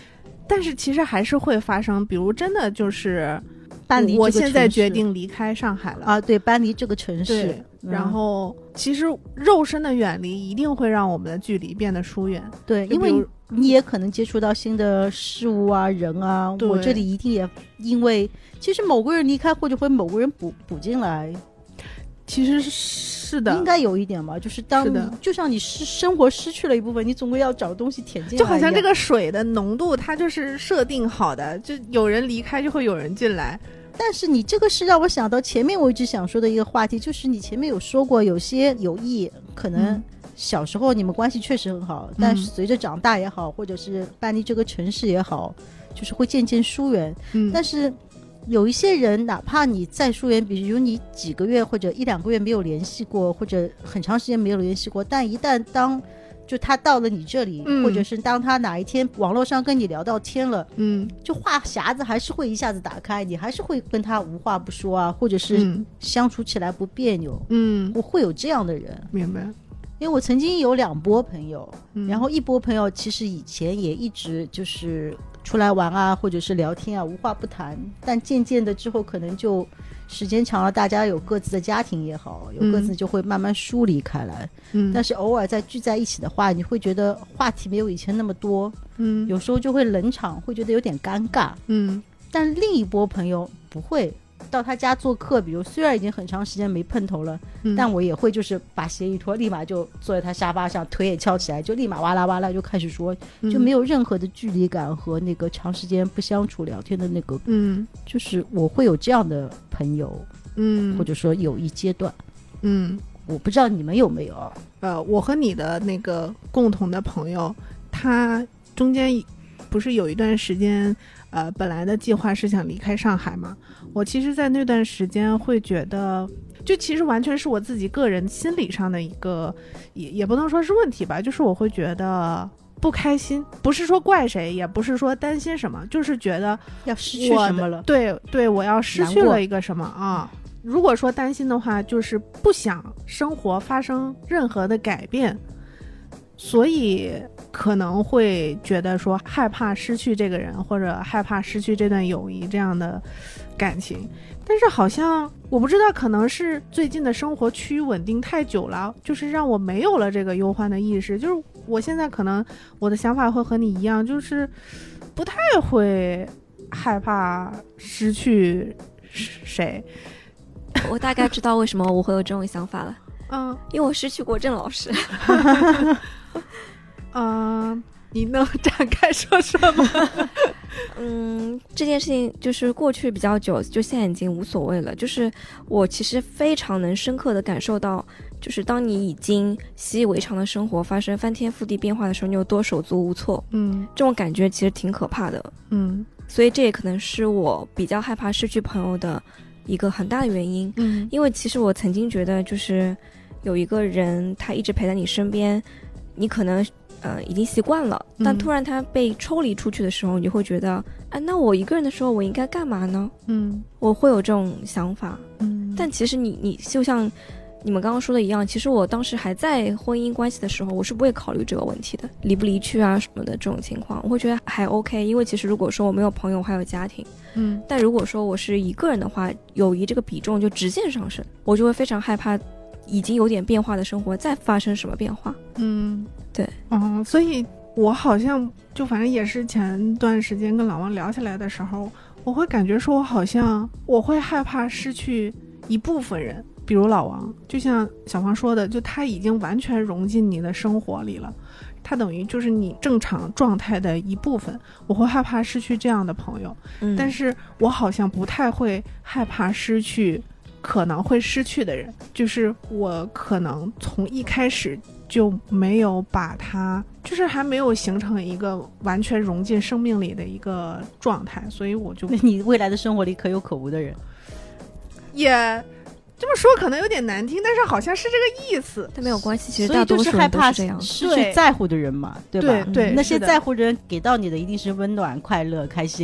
但是其实还是会发生，比如真的就是搬离， 我现在决定离开上海了啊，对，搬离这个城市， 对、嗯、然后其实肉身的远离一定会让我们的距离变得疏远， 对，因为你也可能接触到新的事物啊人啊，我这里一定也因为其实某个人离开或者会某个人补补进来， 其实是的， 应该有一点吧，就是当你就像你失生活失去了一部分，你总归要找东西填进来， 就好像这个水的浓度它就是设定好的，就有人离开就会有人进来。 但是你这个是让我想到前面我一直想说的一个话题，就是你前面有说过有些有意可能小时候你们关系确实很好、嗯、但是随着长大也好或者是搬离这个城市也好，就是会渐渐疏远、嗯、但是有一些人哪怕你再疏远，比如你几个月或者一两个月没有联系过，或者很长时间没有联系过，但一旦当就他到了你这里、嗯、或者是当他哪一天网络上跟你聊到天了，嗯，就话匣子还是会一下子打开，你还是会跟他无话不说啊，或者是相处起来不别扭，嗯，我会有这样的人， 明白。 因为我曾经有两波朋友、嗯、然后一波朋友其实以前也一直就是出来玩啊或者是聊天啊无话不谈，但渐渐的之后可能就时间长了，大家有各自的家庭也好，有各自就会慢慢疏离开来，嗯，但是偶尔再聚在一起的话，你会觉得话题没有以前那么多，嗯，有时候就会冷场，会觉得有点尴尬，嗯，但另一波朋友不会，到他家做客，比如虽然已经很长时间没碰头了、嗯、但我也会就是把鞋一脱立马就坐在他沙发上，腿也翘起来，就立马哇啦哇啦就开始说、嗯、就没有任何的距离感和那个长时间不相处聊天的那个，嗯，就是我会有这样的朋友，嗯，或者说有一阶段，嗯，我不知道你们有没有。 呃，我和你的那个共同的朋友，他中间不是有一段时间呃，本来的计划是想离开上海嘛，我其实在那段时间会觉得就其实完全是我自己个人心理上的一个也也不能说是问题吧，就是我会觉得不开心，不是说怪谁，也不是说担心什么，就是觉得要失去什么了， 对对，我要失去了一个什么啊。如果说担心的话，就是不想生活发生任何的改变，所以可能会觉得说害怕失去这个人，或者害怕失去这段友谊这样的感情。但是好像我不知道，可能是最近的生活趋于稳定太久了，就是让我没有了这个忧患的意识，就是我现在可能我的想法会和你一样，就是不太会害怕失去谁。 我大概知道为什么我会有这种想法了，嗯，因为我失去过郑老师。 嗯，你能展开说说吗？ 嗯，这件事情就是过去比较久，就现在已经无所谓了。就是我其实非常能深刻的感受到，就是当你已经习以为常的生活发生翻天覆地变化的时候，你有多手足无措。嗯，这种感觉其实挺可怕的。嗯，所以这也可能是我比较害怕失去朋友的一个很大的原因。嗯，因为其实我曾经觉得，就是有一个人他一直陪在你身边，你可能呃已经习惯了，但突然他被抽离出去的时候，你就会觉得，啊，那我一个人的时候我应该干嘛呢？嗯，我会有这种想法。嗯，但其实你你就像你们刚刚说的一样，其实我当时还在婚姻关系的时候，我是不会考虑这个问题的，离不离去啊什么的这种情况，我会觉得还 OK。因为其实如果说我没有朋友还有家庭，嗯，但如果说我是一个人的话，友谊这个比重就直线上升，我就会非常害怕已经有点变化的生活再发生什么变化。嗯，对， 嗯，所以我好像就反正也是前段时间跟老王聊起来的时候，我会感觉说我好像我会害怕失去一部分人，比如老王，就像小芳说的，就他已经完全融进你的生活里了，他等于就是你正常状态的一部分，我会害怕失去这样的朋友。嗯，但是我好像不太会害怕失去可能会失去的人，就是我可能从一开始就没有把他，就是还没有形成一个完全融进生命里的一个状态，所以我就那你未来的生活里可有可无的人， 也这么说可能有点难听，但是好像是这个意思。 但没有关系，其实大多数人都是这样， 失去在乎的人嘛，对吧？ 对对， 那些在乎的人给到你的一定是温暖、快乐、开心。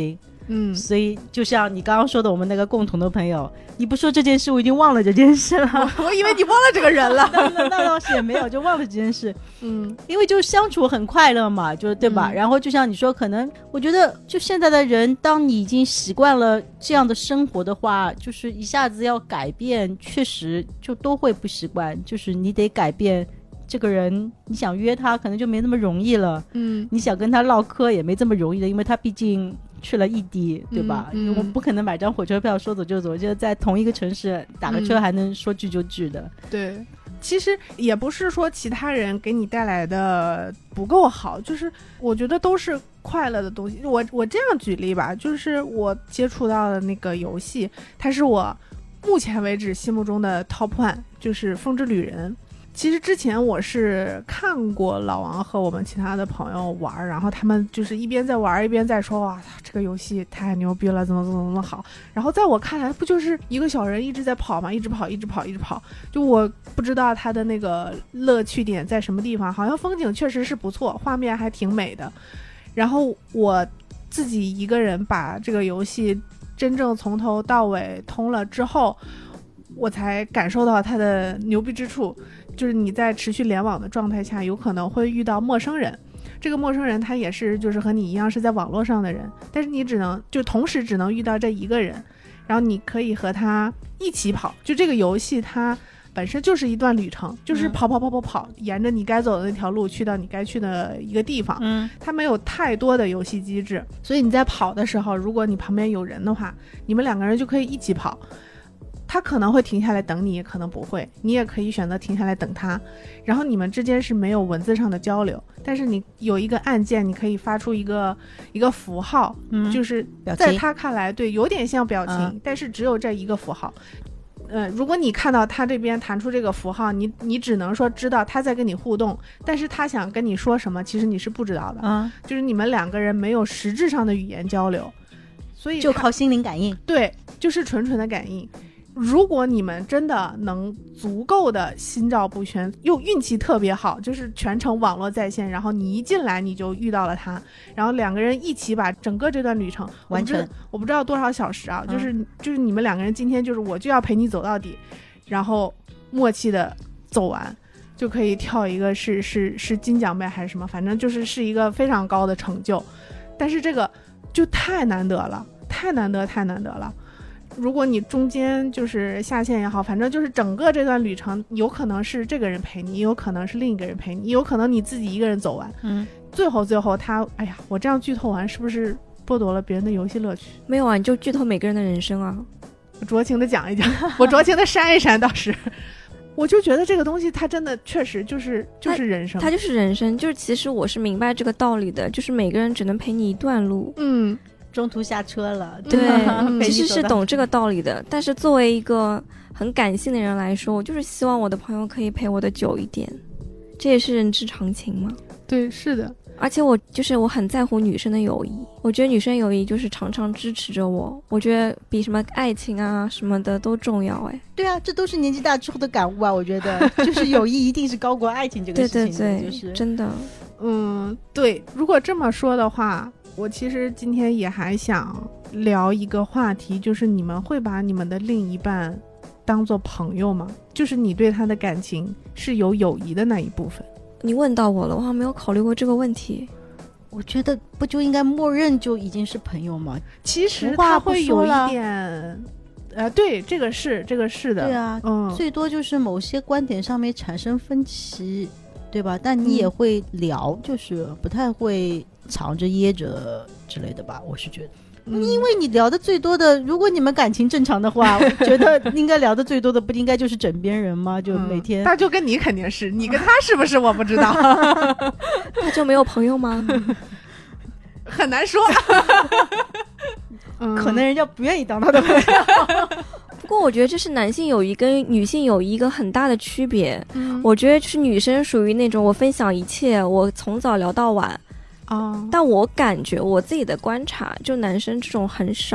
嗯，所以就像你刚刚说的，我们那个共同的朋友，你不说这件事，我已经忘了这件事了。 我以为你忘了这个人了。 那那那倒是也没有，就忘了这件事。嗯，因为就相处很快乐嘛，就对吧？嗯、然后就像你说，可能我觉得就现在的人，当你已经习惯了这样的生活的话，就是一下子要改变，确实就都会不习惯。就是你得改变这个人，你想约他可能就没那么容易了。嗯，你想跟他唠嗑也没这么容易的，因为他毕竟去了异地，对吧？嗯嗯、我不可能买张火车票说走就走，就在同一个城市打个车还能说聚就聚的。 嗯、对，其实也不是说其他人给你带来的不够好，就是我觉得都是快乐的东西。我我这样举例吧，就是我接触到的那个游戏，它是我目前为止心目中的 top one， 就是《风之旅人》。其实之前我是看过老王和我们其他的朋友玩，然后他们就是一边在玩一边在说，哇，这个游戏太牛逼了，怎么怎么怎么好。然后在我看来，不就是一个小人一直在跑吗？一直跑，一直跑，一直跑。就我不知道他的那个乐趣点在什么地方，好像风景确实是不错，画面还挺美的。然后我自己一个人把这个游戏真正从头到尾通了之后，我才感受到它的牛逼之处。就是你在持续联网的状态下，有可能会遇到陌生人，这个陌生人他也是就是和你一样是在网络上的人，但是你只能就同时只能遇到这一个人，然后你可以和他一起跑。就这个游戏它本身就是一段旅程，就是跑跑跑跑跑，沿着你该走的那条路去到你该去的一个地方。嗯，它没有太多的游戏机制，所以你在跑的时候，如果你旁边有人的话，你们两个人就可以一起跑。他可能会停下来等你，也可能不会，你也可以选择停下来等他，然后你们之间是没有文字上的交流，但是你有一个按键，你可以发出一个一个符号、嗯、就是在他看来对有点像表情、嗯、但是只有这一个符号。呃，如果你看到他这边弹出这个符号，你你只能说知道他在跟你互动，但是他想跟你说什么其实你是不知道的、嗯、就是你们两个人没有实质上的语言交流，所以就靠心灵感应。 对，就是纯纯的感应。如果你们真的能足够的心照不宣，又运气特别好，就是全程网络在线，然后你一进来你就遇到了他，然后两个人一起把整个这段旅程完成，我不知道多少小时啊、嗯、就是就是你们两个人今天就是我就要陪你走到底，然后默契的走完，就可以跳一个是是是金奖杯还是什么，反正就是是一个非常高的成就。但是这个就太难得了，太难得太难得了。如果你中间就是下线也好，反正就是整个这段旅程有可能是这个人陪你，有可能是另一个人陪你，有可能你自己一个人走完。嗯，最后最后他哎呀，我这样剧透完是不是剥夺了别人的游戏乐趣？ 没有啊，你就剧透每个人的人生啊。 我酌情的讲一讲，我酌情的删一删倒是。我就觉得这个东西它真的确实就是就是人生， 它就是人生，就是其实我是明白这个道理的，就是每个人只能陪你一段路。 嗯，中途下车了， 对、嗯、其实是懂这个道理的。但是作为一个很感性的人来说，我就是希望我的朋友可以陪我的久一点，这也是人之常情嘛。 对，是的。 而且我就是我很在乎女生的友谊，我觉得女生友谊就是常常支持着我，我觉得比什么爱情啊什么的都重要。哎， 对啊，这都是年纪大之后的感悟啊。我觉得就是友谊一定是高过爱情这个事情的。 对对对， 就是真的。 嗯，对，如果这么说的话，我其实今天也还想聊一个话题，就是你们会把你们的另一半当做朋友吗？就是你对他的感情是有友谊的那一部分。 你问到我了，我好像没有考虑过这个问题。 我觉得不就应该默认就已经是朋友吗？ 其实他会有一点呃，对，这个是这个是的， 对啊，嗯，最多就是某些观点上面产生分歧，对吧？但你也会聊、嗯、就是不太会藏着掖着之类的吧，我是觉得。嗯、因为你聊的最多的，如果你们感情正常的话，我觉得应该聊的最多的不应该就是枕边人吗？就每天、 嗯、他就跟你肯定是，你跟他是不是我不知道。 他就没有朋友吗？ 很难说。 嗯、可能人家不愿意当他的朋友。 不过我觉得这是男性友谊跟女性友谊一个很大的区别、嗯、我觉得就是女生属于那种我分享一切，我从早聊到晚。哦，但我感觉我自己的观察，就男生这种很少，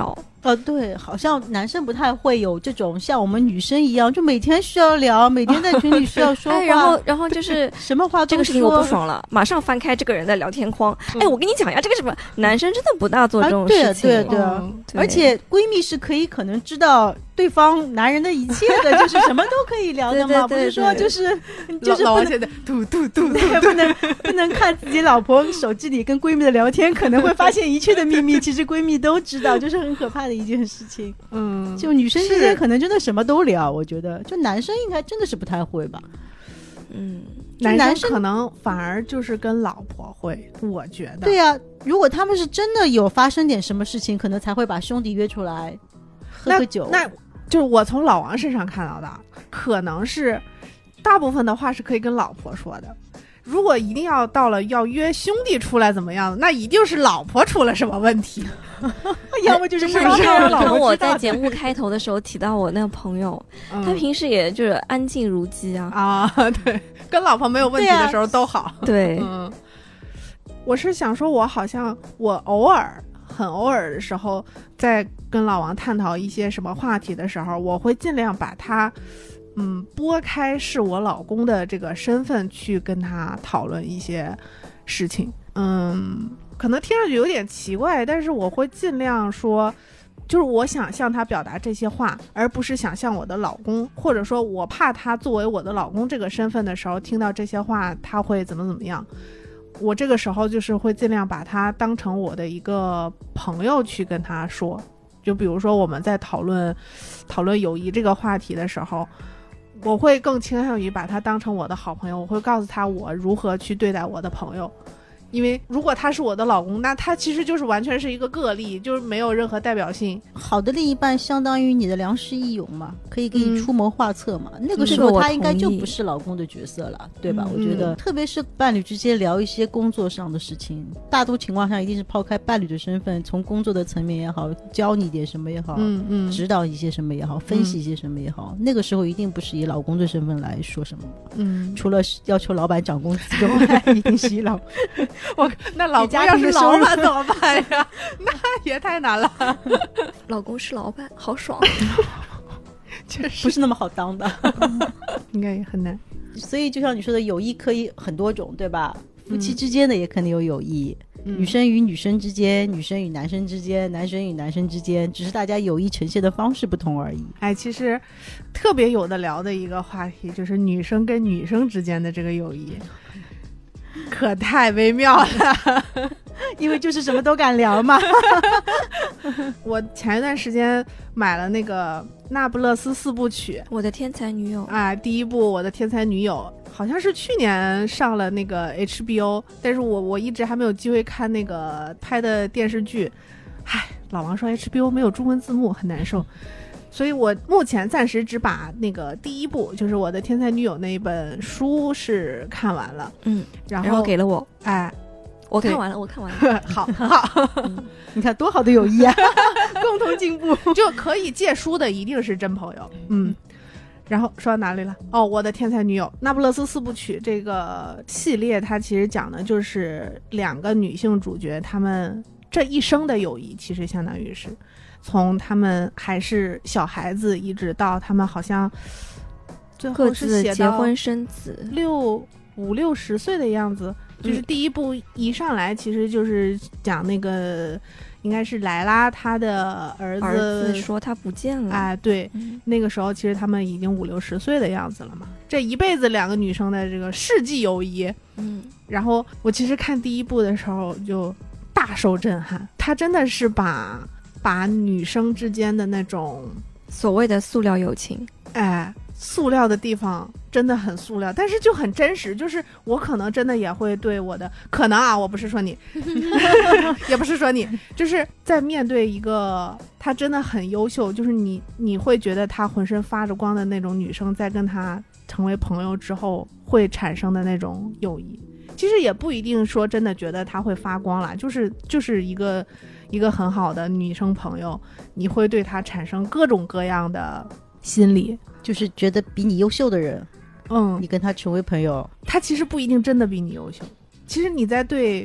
呃，对，好像男生不太会有这种像我们女生一样，就每天需要聊，每天在群里需要说话， 哎、然后然后就是什么话都说。 这个事情我不爽了，马上翻开这个人的聊天框。嗯、哎，我跟你讲呀，这个什么男生真的不大做这种事情，啊、 对对对、嗯、对，而且闺蜜是可以可能知道对方男人的一切的，就是什么都可以聊的嘛， 对对对对， 不是说就是就是老王现在嘟嘟嘟， 不能不能看自己老婆手机里跟闺蜜的聊天，可能会发现一切的秘密，其实闺蜜都知道，就是很可怕的一件事情。 嗯， 就女生之间可能真的什么都聊，我觉得就男生应该真的是不太会吧。 嗯， 男生可能反而就是跟老婆会，我觉得。 对呀、啊，如果他们是真的有发生点什么事情，可能才会把兄弟约出来喝个酒。 那, 那就是我从老王身上看到的，可能是大部分的话是可以跟老婆说的。如果一定要到了要约兄弟出来怎么样，那一定是老婆出了什么问题。要么就是让让老婆。我在节目开头的时候提到我那个朋友，嗯、他平时也就是安静如鸡啊啊，对，跟老婆没有问题的时候都好。 对， 嗯，我是想说，我好像我偶尔很偶尔的时候，在跟老王探讨一些什么话题的时候，我会尽量把他。嗯，拨开是我老公的这个身份去跟他讨论一些事情。嗯，可能听上去有点奇怪，但是我会尽量说，就是我想向他表达这些话，而不是想向我的老公，或者说我怕他作为我的老公这个身份的时候听到这些话他会怎么怎么样。我这个时候就是会尽量把他当成我的一个朋友去跟他说。就比如说我们在讨论讨论友谊这个话题的时候，我会更倾向于把他当成我的好朋友，我会告诉他我如何去对待我的朋友。因为如果他是我的老公，那他其实就是完全是一个个例，就是没有任何代表性。 好的另一半相当于你的良师益友嘛，可以给你出谋划策嘛、嗯、那个时候他应该就不是老公的角色了、嗯、对吧、嗯、我觉得特别是伴侣之间聊一些工作上的事情，大多情况下一定是抛开伴侣的身份，从工作的层面也好，教你点什么也好，嗯嗯，指导一些什么也好，分析一些什么也好、嗯、那个时候一定不是以老公的身份来说什么，嗯，除了要求老板涨工资之外一定是以老我那老公要是老板怎么办呀？那也太难了。 老公是老板，好爽。 确实不是那么好当的， 应该也很难。 所以就像你说的，友谊可以很多种，对吧？夫妻之间的也肯定有友谊、嗯、女生与女生之间，女生与男生之间，男生与男生之间，只是大家友谊呈现的方式不同而已。 哎，其实特别有的聊的一个话题就是女生跟女生之间的这个友谊，可太微妙了。 因为就是什么都敢聊嘛。 我前一段时间买了那个那不勒斯四部曲， 我的天才女友啊，第一部我的天才女友好像是去年上了那个 H B O， 但是我我一直还没有机会看那个拍的电视剧。唉，老王说 H B O 没有中文字幕很难受，所以我目前暂时只把那个第一部就是我的天才女友那一本书是看完了， 嗯， 然后, 然后给了我， 哎， 我看完了，我看完了， 好好、 嗯，你看多好的友谊啊，共同进步。 就可以借书的一定是真朋友，嗯。然后说到哪里了？哦，我的天才女友那不勒斯四部曲这个系列，它其实讲的就是两个女性主角她们这一生的友谊，其实相当于是从他们还是小孩子一直到他们好像最后是写到结婚生子六五六十岁的样子。就是第一部一上来其实就是讲那个应该是莱拉她的儿子, 儿子说他不见了， 哎，对、嗯、那个时候其实他们已经五六十岁的样子了嘛，这一辈子两个女生的这个世纪友谊。 嗯， 然后我其实看第一部的时候就大受震撼，他真的是把把女生之间的那种所谓的塑料友情， 哎，塑料的地方真的很塑料，但是就很真实。就是我可能真的也会对我的可能啊，我不是说你也不是说你，就是在面对一个她真的很优秀，就是你你会觉得她浑身发着光的那种女生，在跟她成为朋友之后会产生的那种友谊。其实也不一定说真的觉得她会发光啦，就是就是一个一个很好的女生朋友，你会对她产生各种各样的心理， 就是觉得比你优秀的人， 嗯， 你跟他成为朋友， 他其实不一定真的比你优秀。其实你在对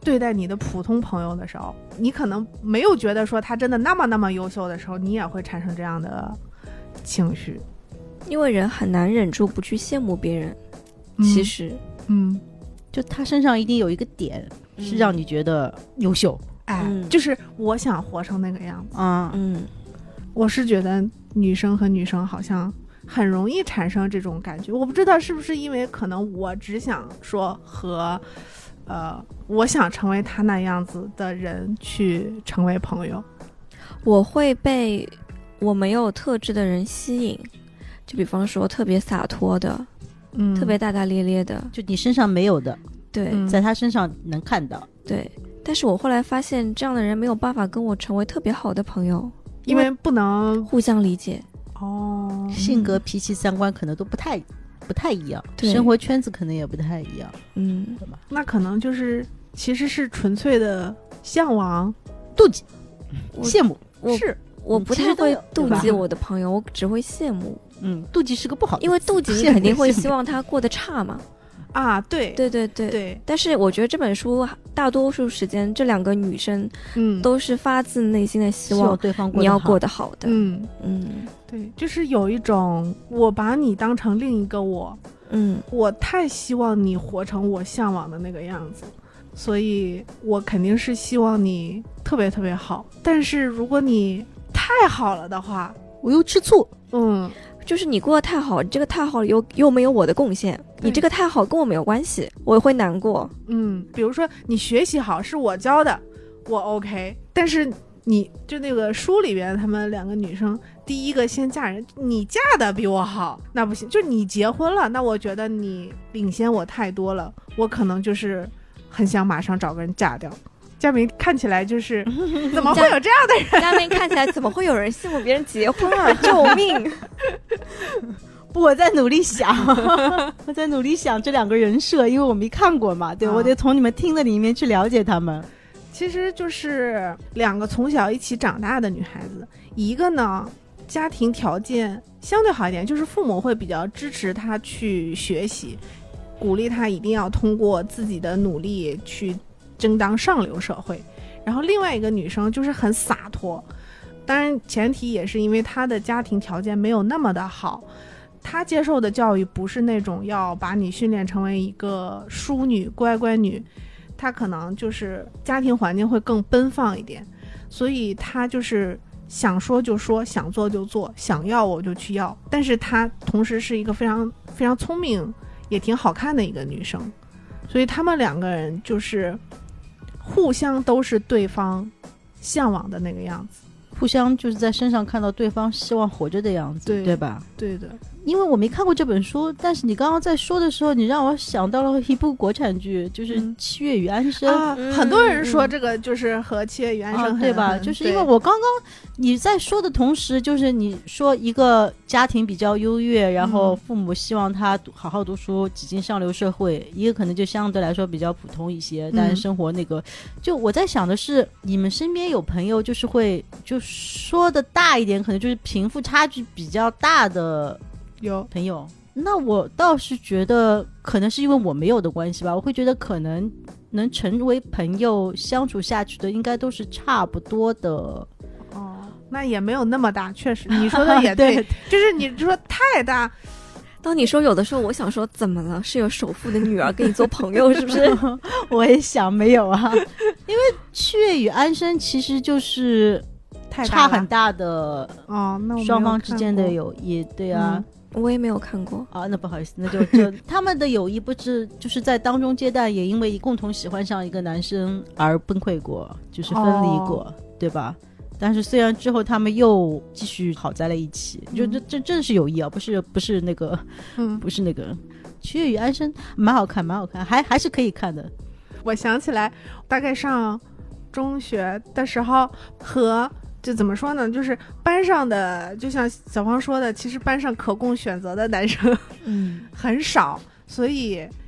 对待你的普通朋友的时候，你可能没有觉得说他真的那么那么优秀的时候，你也会产生这样的情绪。 因为人很难忍住不去羡慕别人、嗯、其实嗯，就他身上一定有一个点是让你觉得优秀、 嗯、哎、嗯，就是我想活成那个样子啊。 嗯， 我是觉得女生和女生好像很容易产生这种感觉，我不知道是不是因为可能我只想说和呃，我想成为他那样子的人去成为朋友。 我会被我没有特质的人吸引，就比方说特别洒脱的，嗯，特别大大咧咧的， 就你身上没有的， 对、 嗯，在他身上能看到。 对，但是我后来发现这样的人没有办法跟我成为特别好的朋友， 因为不能互相理解。 哦， 性格、脾气、三观可能都不太不太一样，生活圈子可能也不太一样。 嗯， 那可能就是其实是纯粹的向往、 妒忌、羡慕。 是我不太会妒忌我的朋友，我只会羡慕。 嗯，妒忌是个不好的， 因为妒忌你肯定会希望他过得差嘛。 啊，对对对对对。 但是我觉得这本书大多数时间，这两个女生，嗯，都是发自内心的希望对方你要过得好的。 嗯嗯， 对，就是有一种我把你当成另一个我， 嗯， 我太希望你活成我向往的那个样子，所以我肯定是希望你特别特别好。但是如果你太好了的话， 我又吃醋。 嗯。 就是你过得太好，你这个太好又又没有我的贡献，你这个太好跟我没有关系，我会难过。 嗯，比如说你学习好是我教的，我 OK， 但是你就那个书里边他们两个女生第一个先嫁人，你嫁的比我好那不行，就你结婚了，那我觉得你领先我太多了，我可能就是很想马上找个人嫁掉。佳明看起来就是怎么会有这样的人？ 佳明看起来怎么会有人羡慕别人结婚啊？救命！ 不，我在努力想，我在努力想这两个人设，因为我没看过嘛，对、啊、我得从你们听的里面去了解他们。 其实就是两个从小一起长大的女孩子，一个呢家庭条件相对好一点，就是父母会比较支持她去学习，鼓励她一定要通过自己的努力去争当上流社会。然后另外一个女生就是很洒脱，当然前提也是因为她的家庭条件没有那么的好，她接受的教育不是那种要把你训练成为一个淑女乖乖女，她可能就是家庭环境会更奔放一点，所以她就是想说就说，想做就做，想要我就去要。但是她同时是一个非常非常聪明也挺好看的一个女生，所以他们两个人就是互相都是对方向往的那个样子， 互相就是在身上看到对方希望活着的样子， 对, 对吧？ 对的。 因为我没看过这本书，但是你刚刚在说的时候，你让我想到了一部国产剧，就是《七月与安生》 啊、嗯，很多人说这个就是和《七月与安生》很、 啊、对吧？就是因为我刚刚你在说的同时，就是你说一个家庭比较优越，然后父母希望他好好读书，挤进上流社会；一个可能就相对来说比较普通一些，但是生活那个，嗯、就我在想的是，你们身边有朋友就是会就说的大一点，可能就是贫富差距比较大的。 有朋友，那我倒是觉得可能是因为我没有的关系吧，我会觉得可能能成为朋友相处下去的应该都是差不多的。 哦，那也没有那么大，确实你说的也对, 对就是你说太大。 当你说有的时候我想说怎么了，是有首富的女儿跟你做朋友是不是？ 我也想没有啊，因为七月与安生其实就是差很大的哦，那双方之间的友谊，对啊、嗯我也没有看过啊，那不好意思，那就就他们的友谊不是就是在当中阶段也因为共同喜欢上一个男生而崩溃过，就是分离过、哦、对吧？但是虽然之后他们又继续好在了一起，嗯、就这这真是友谊啊，不是不是那个，嗯，不是那个。七月与安生蛮好看，蛮好看，还还是可以看的。 我想起来，大概上中学的时候和。就怎么说呢，就是班上的就像小芳说的，其实班上可供选择的男生嗯很少，所以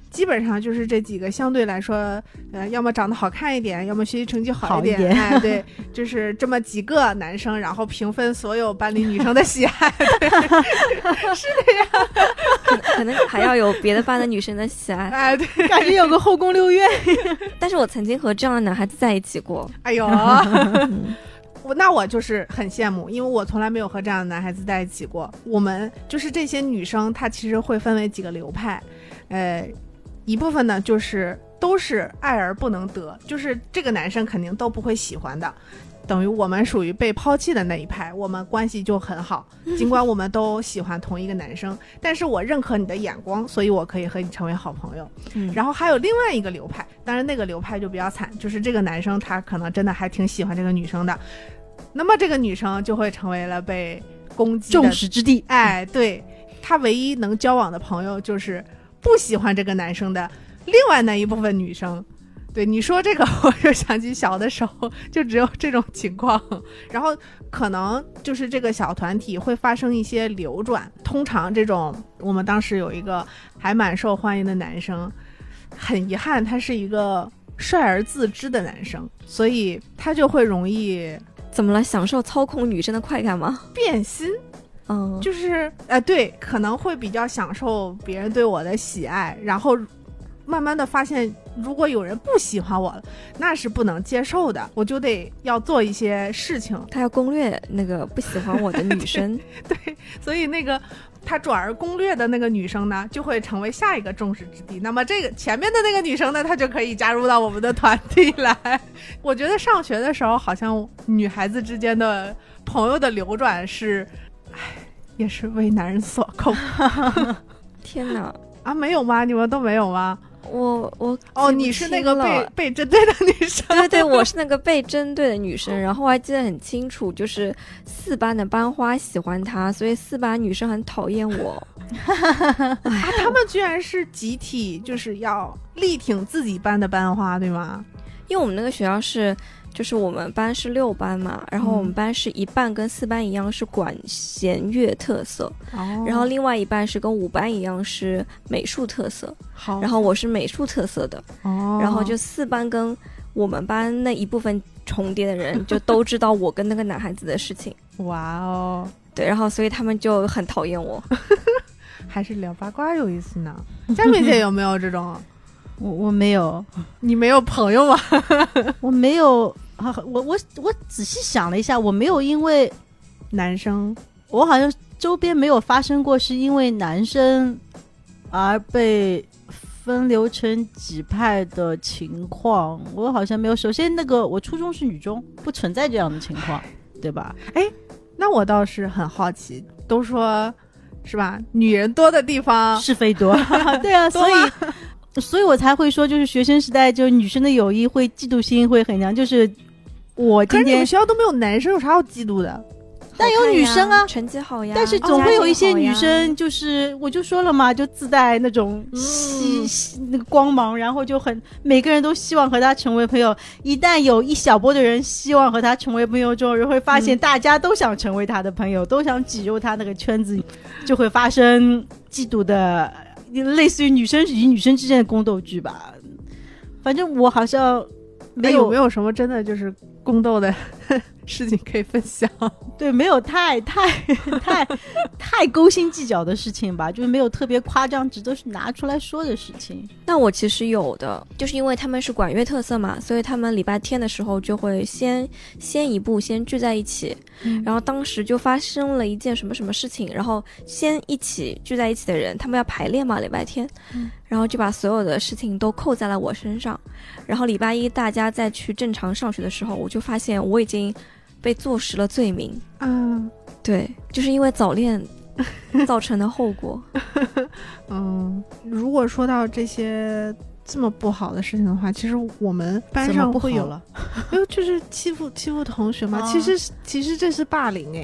基本上就是这几个相对来说，呃，要么长得好看一点，要么学习成绩好一点。 一点哎，对，就是这么几个男生，然后平分所有班里女生的喜爱。是的呀， 可能可能还要有别的班的女生的喜爱。 哎，对， 感觉有个后宫六院。 但是我曾经和这样的男孩子在一起过。 哎呦。我那我就是很羡慕，因为我从来没有和这样的男孩子在一起过。我们就是这些女生，她其实会分为几个流派，呃，一部分呢就是都是爱而不能得，就是这个男生肯定都不会喜欢的，等于我们属于被抛弃的那一派，我们关系就很好，尽管我们都喜欢同一个男生，但是我认可你的眼光，所以我可以和你成为好朋友。嗯，然后还有另外一个流派，当然那个流派就比较惨，就是这个男生他可能真的还挺喜欢这个女生的，那么这个女生就会成为了被攻击的众矢之的。 哎，对，他唯一能交往的朋友就是不喜欢这个男生的另外那一部分女生。对，你说这个我就想起小的时候就只有这种情况，然后可能就是这个小团体会发生一些流转。通常这种我们当时有一个还蛮受欢迎的男生，很遗憾他是一个帅而自知的男生，所以他就会容易怎么了？享受操控女生的快感吗？ 变心。嗯，就是呃，对，可能会比较享受别人对我的喜爱，然后慢慢的发现如果有人不喜欢我了，那是不能接受的，我就得要做一些事情。 他要攻略那个不喜欢我的女生。 对，所以那个他转而攻略的那个女生呢，就会成为下一个众矢之的。那么这个前面的那个女生呢，她就可以加入到我们的团体来。我觉得上学的时候，好像女孩子之间的朋友的流转是，唉，也是为男人所控。 天哪！ 啊，没有吗？你们都没有吗？ 我我哦，你是那个被被针对的女生。 对对，我是那个被针对的女生。然后我还记得很清楚，就是四班的班花喜欢她，所以四班女生很讨厌我。 啊，他们居然是集体，就是要力挺自己班的班花，对吗？ 因为我们那个学校是。就是我们班是六班嘛，然后我们班是一半跟四班一样是管弦乐特色，哦，然后另外一半是跟五班一样是美术特色，好，然后我是美术特色的，哦，然后就四班跟我们班那一部分重叠的人就都知道我跟那个男孩子的事情。 哇哦， 对，然后所以他们就很讨厌我。 还是聊八卦有意思呢。佳美姐有没有这种？ 我我没有。 你没有朋友吗？ 我没有。我我我仔细想了一下，我没有因为男生， 我好像周边没有发生过是因为男生而被分流成几派的情况，我好像没有。首先那个我初中是女中，不存在这样的情况，对吧？ 哎，那我倒是很好奇，都说是吧，女人多的地方是非多。对啊，所以所以我才会说，就是学生时代就是女生的友谊会嫉妒心会很强，就是我今天，可是你们学校都没有男生，有啥好嫉妒的？ 但有女生啊， 成绩好呀。 但是总会有一些女生，就是我就说了嘛，就自带那种希、嗯、那个光芒，然后就很每个人都希望和她成为朋友。一旦有一小波的人希望和她成为朋友之后，人会发现大家都想成为她的朋友，嗯、都想挤入她那个圈子，就会发生嫉妒的，类似于女生与女生之间的宫斗剧吧。反正我好像没有、 哎、有没有什么真的就是宫斗的事情可以分享？ 对，没有太太太太勾心计较的事情吧，就是没有特别夸张值得拿出来说的事情。 那我其实有的，就是因为他们是管乐特色嘛，所以他们礼拜天的时候就会先先一步先聚在一起、嗯、然后当时就发生了一件什么什么事情，然后先一起聚在一起的人他们要排练嘛，礼拜天、嗯、然后就把所有的事情都扣在了我身上，然后礼拜一大家再去正常上学的时候，我就发现我已经被坐实了罪名。 嗯， 对，就是因为早恋造成的后果。 嗯，如果说到这些这么不好的事情的话，其实我们班上会有了，哎呦，就是欺负欺负同学嘛、哦。其实其实这是霸凌哎。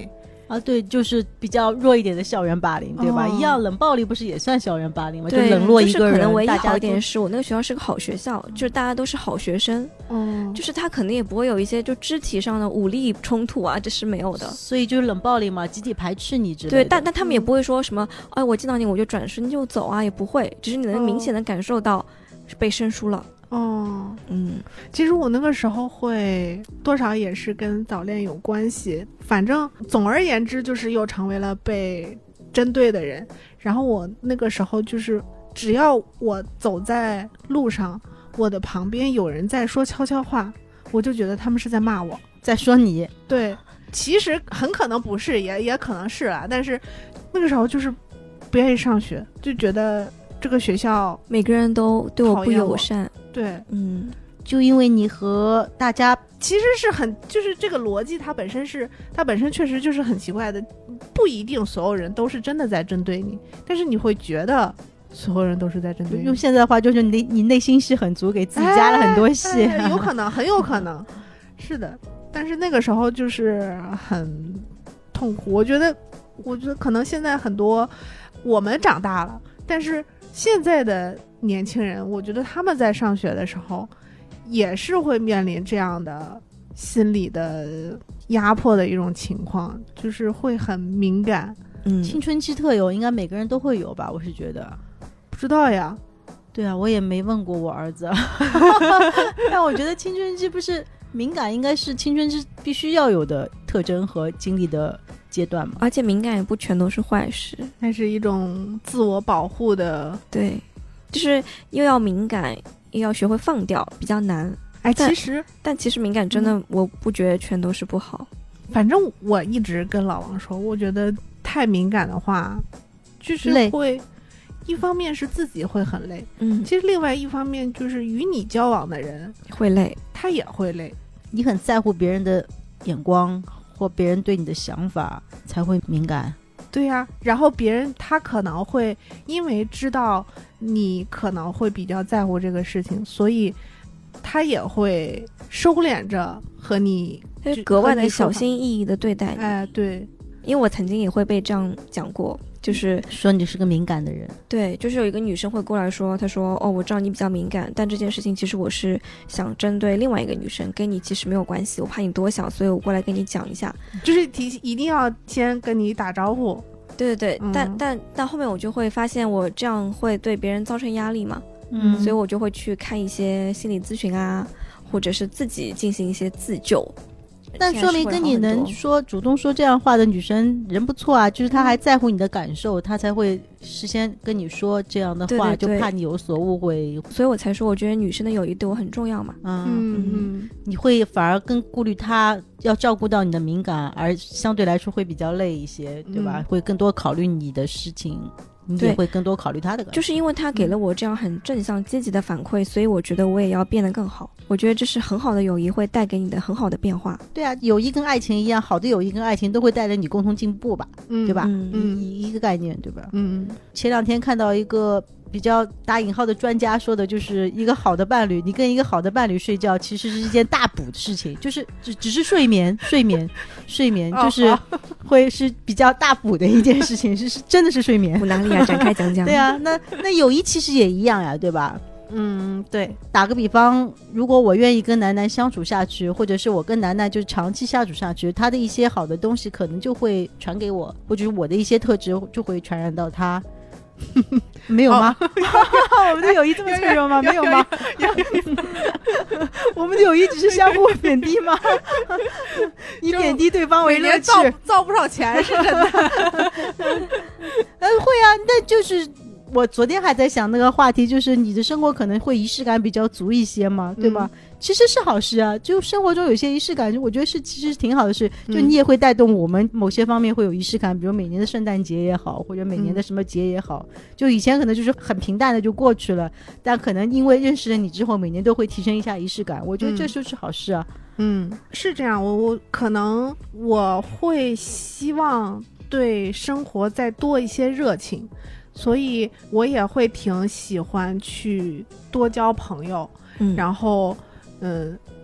啊，对，就是比较弱一点的校园霸凌，对吧？哦、一样冷暴力不是也算校园霸凌吗？ 对， 就冷落一个人。 就是可能唯一好一点是我那个学校是个好学校，就是大家都是好学生，嗯，就是他肯定也不会有一些就肢体上的武力冲突啊，这是没有的。 所以就是冷暴力嘛，集体排斥你之类的。 对，但但他们也不会说什么，哎、嗯，我见到你我就转身就走啊，也不会，只是你能明显的感受到被生疏了。 哦，嗯，其实我那个时候会多少也是跟早恋有关系，反正总而言之就是又成为了被针对的人。然后我那个时候就是只要我走在路上，我的旁边有人在说悄悄话，我就觉得他们是在骂我， 在说你。 对，其实很可能不是，也也可能是啦，但是那个时候就是不愿意上学，就觉得这个学校每个人都对我不友善。 对， 嗯，就因为你和大家其实是很，就是这个逻辑它本身是，它本身确实就是很奇怪的，不一定所有人都是真的在针对你，但是你会觉得所有人都是在针对你。 用现在的话就是你你内心戏很足，给自己加了很多戏， 哎哎、有可能，很有可能，是的。但是那个时候就是很痛苦，我觉得，我觉得可能现在很多我们长大了，但是现在的年轻人，我觉得他们在上学的时候也是会面临这样的心理的压迫的一种情况，就是会很敏感。 嗯，青春期特有应该每个人都会有吧，我是觉得。 不知道呀。 对啊，我也没问过我儿子。但我觉得青春期不是敏感，应该是青春期必须要有的特征和经历的阶段嘛。 而且敏感也不全都是坏事， 那是一种自我保护的。 对，就是又要敏感又要学会放掉，比较难。 哎，其实但其实敏感真的、嗯、我不觉得全都是不好。 反正我一直跟老王说，我觉得太敏感的话就是会一方面是自己会很累，嗯，其实另外一方面就是与你交往的人会累， 他也会累。 你很在乎别人的眼光或别人对你的想法才会敏感。 对呀、啊，然后别人他可能会因为知道你可能会比较在乎这个事情，所以他也会收敛着和你格外的小心翼翼的对待你。 哎，对， 因为我曾经也会被这样讲过，就是说你是个敏感的人。 对，就是有一个女生会过来说，她说哦，我知道你比较敏感，但这件事情其实我是想针对另外一个女生，跟你其实没有关系，我怕你多想，所以我过来跟你讲一下， 就是提一定要先跟你打招呼。 对对对、嗯、但但但后面我就会发现我这样会对别人造成压力嘛，嗯，所以我就会去看一些心理咨询啊，或者是自己进行一些自救。 但说明跟你能说主动说这样话的女生人不错啊，就是她还在乎你的感受，她才会事先跟你说这样的话，对对对，就怕你有所误会。 所以我才说我觉得女生的友谊对我很重要嘛。 嗯嗯嗯，你会反而更顾虑她要照顾到你的敏感，而相对来说会比较累一些，对吧、嗯、会更多考虑你的事情，你也会更多考虑他的感受。 就是因为他给了我这样很正向积极的反馈、嗯、所以我觉得我也要变得更好。我觉得这是很好的友谊会带给你的很好的变化。 对啊，友谊跟爱情一样，好的友谊跟爱情都会带来你共同进步吧，嗯、对吧？嗯，一个概念，对吧？嗯，前两天看到一个比较打引号的专家说的，就是一个好的伴侣，你跟一个好的伴侣睡觉其实是一件大补的事情，就是只只是睡眠睡眠睡眠就是会是比较大补的一件事情，是是真的是睡眠。 补哪里啊？展开讲讲。 对啊，那那友谊其实也一样呀，对吧？ 嗯，对。 打个比方，如果我愿意跟楠楠相处下去，或者是我跟楠楠就长期相处下去，他的一些好的东西可能就会传给我，或者是我的一些特质就会传染到他。没有吗？哦、我们的友谊这么脆弱吗？没有吗？我们的友谊只是相互贬低吗？你贬低对方为乐趣， 造造不少钱是真的。 呃，会啊，那就是我昨天还在想那个话题，就是你的生活可能会仪式感比较足一些嘛，对吗？嗯，其实是好事啊，就生活中有些仪式感，我觉得是其实挺好的事。就你也会带动我们某些方面会有仪式感，比如每年的圣诞节也好，或者每年的什么节也好，就以前可能就是很平淡的就过去了，但可能因为认识了你之后，每年都会提升一下仪式感，我觉得这就是好事啊。 嗯，是这样，我我可能我会希望对生活再多一些热情，所以我也会挺喜欢去多交朋友，嗯，然后嗯，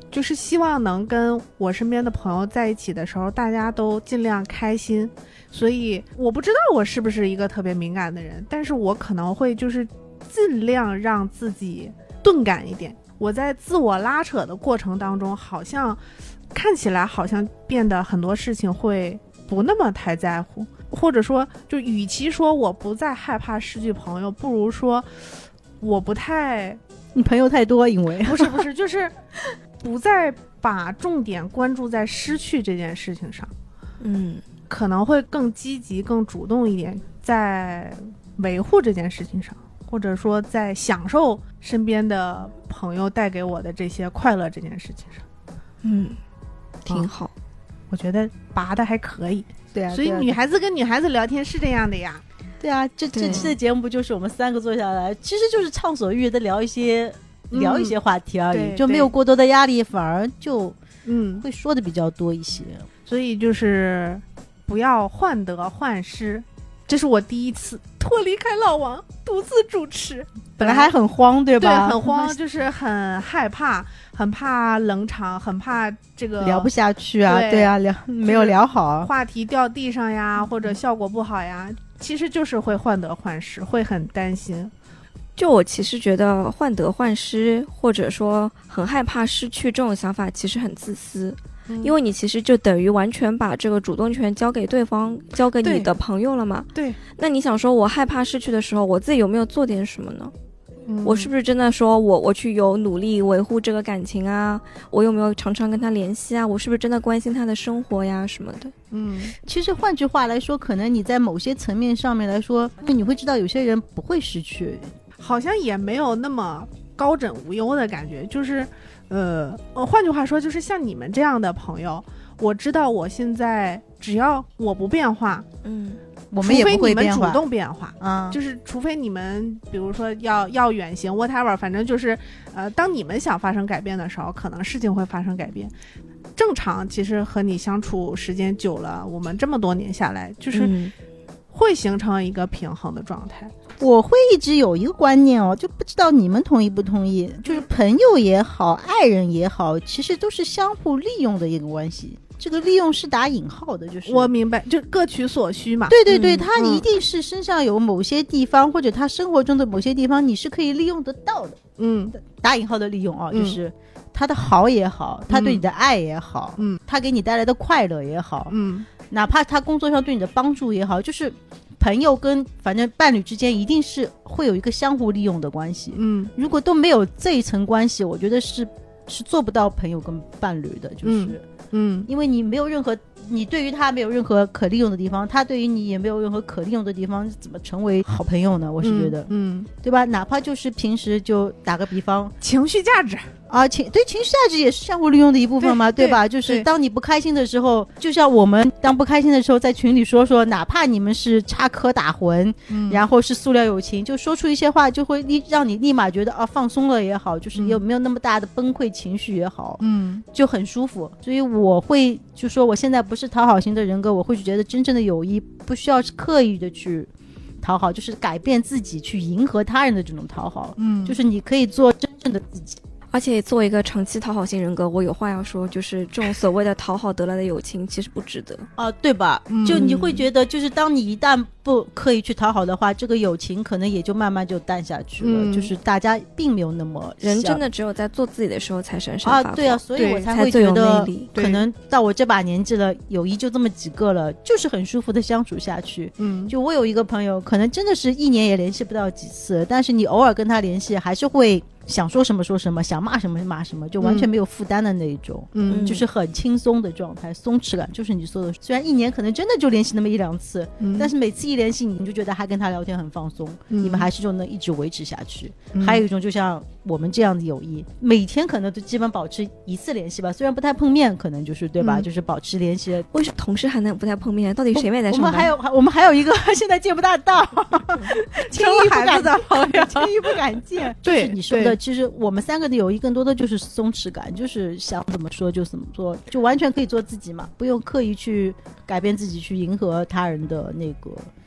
就是希望能跟我身边的朋友在一起的时候大家都尽量开心，所以我不知道我是不是一个特别敏感的人，但是我可能会就是尽量让自己钝感一点。我在自我拉扯的过程当中，好像看起来好像变得很多事情会不那么太在乎，或者说就与其说我不再害怕失去朋友，不如说我不太你朋友太多，因为不是不是就是不再把重点关注在失去这件事情上， 嗯， 可能会更积极更主动一点，在维护这件事情上，或者说在享受身边的朋友带给我的这些快乐这件事情上。 嗯，挺好、啊、 我觉得拔的还可以。 对啊， 所以女孩子跟女孩子聊天是这样的呀。 对啊，这这期的节目不就是我们三个坐下来，其实就是畅所欲言的聊一些、嗯、聊一些话题而已，就没有过多的压力，反而就嗯会说的比较多一些。 所以就是不要患得患失。这是我第一次脱离开老王独自主持， 本来还很慌对吧？ 对，很慌，就是很害怕，很怕冷场，很怕这个聊不下去啊。 对, 对啊，聊没有聊好、啊、 话题掉地上呀，或者效果不好呀，其实就是会患得患失，会很担心。 就我其实觉得患得患失或者说很害怕失去这种想法其实很自私，因为你其实就等于完全把这个主动权交给对方，交给你的朋友了嘛。 对， 那你想说我害怕失去的时候，我自己有没有做点什么呢？嗯、我是不是真的说我我去有努力维护这个感情啊？我有没有常常跟他联系啊？我是不是真的关心他的生活呀什么的？ 嗯，其实换句话来说，可能你在某些层面上面来说，你会知道有些人不会失去， 好像也没有那么高枕无忧的感觉，就是呃，换句话说，就是像你们这样的朋友，我知道我现在只要我不变化， 嗯，我们也不会变化， 除非你们主动变化，嗯，就是除非你们比如说要要远行 whatever， 反正就是呃，当你们想发生改变的时候，可能事情会发生改变。正常，其实和你相处时间久了，我们这么多年下来，就是会形成一个平衡的状态。 我会一直有一个观念哦，就不知道你们同意不同意，就是朋友也好，爱人也好，其实都是相互利用的一个关系。这个利用是打引号的，就是我明白，就各取所需嘛。 对对对、嗯、他一定是身上有某些地方、嗯、或者他生活中的某些地方你是可以利用得到的。嗯，打引号的利用啊、哦嗯，就是他的好也好，他对你的爱也好，嗯，他给你带来的快乐也好，嗯，哪怕他工作上对你的帮助也好，就是朋友跟反正伴侣之间一定是会有一个相互利用的关系。嗯，如果都没有这一层关系，我觉得是是做不到朋友跟伴侣的，就是嗯，嗯因为你没有任何，你对于他没有任何可利用的地方，他对于你也没有任何可利用的地方，怎么成为好朋友呢？我是觉得，嗯，嗯对吧？哪怕就是平时就打个比方， 情绪价值。 啊，情对情绪价值也是相互利用的一部分嘛， 对, 对吧？就是当你不开心的时候，就像我们当不开心的时候，在群里说说，哪怕你们是插科打诨、嗯，然后是塑料友情，就说出一些话，就会立让你立马觉得啊放松了也好，就是有没有那么大的崩溃情绪也好，嗯，就很舒服。所以我会就说，我现在不是讨好型的人格，我会觉得真正的友谊不需要刻意的去讨好，就是改变自己去迎合他人的这种讨好，嗯，就是你可以做真正的自己。 而且作为一个长期讨好型人格，我有话要说，就是这种所谓的讨好得来的友情其实不值得啊，对吧、嗯、就你会觉得就是当你一旦不刻意去讨好的话，这个友情可能也就慢慢就淡下去了、嗯、就是大家并没有那么人真的只有在做自己的时候才闪闪发光啊，对啊，所以我才会觉得可能到我这把年纪了，友谊就这么几个了，就是很舒服的相处下去。嗯，就我有一个朋友可能真的是一年也联系不到几次，但是你偶尔跟他联系还是会想说什么说什么，想骂什么骂什么，就完全没有负担的那一种，嗯，就是很轻松的状态，松弛感，就是你说的。虽然一年可能真的就联系那么一两次、嗯、但是每次一联系你就觉得还跟他聊天很放松、嗯、你们还是就能一直维持下去、嗯、还有一种就像我们这样的友谊，每天可能都基本保持一次联系吧，虽然不太碰面，可能就是对吧、嗯、就是保持联系。 为什么同事还能不太碰面？到底谁没在上班？ 我们还有我们还有一个现在见不大到轻易不敢的朋友轻易不敢见对、就是、你说的其实我们三个的友谊更多的就是松弛感，就是想怎么说就怎么做，就完全可以做自己嘛，不用刻意去改变自己去迎合他人的那个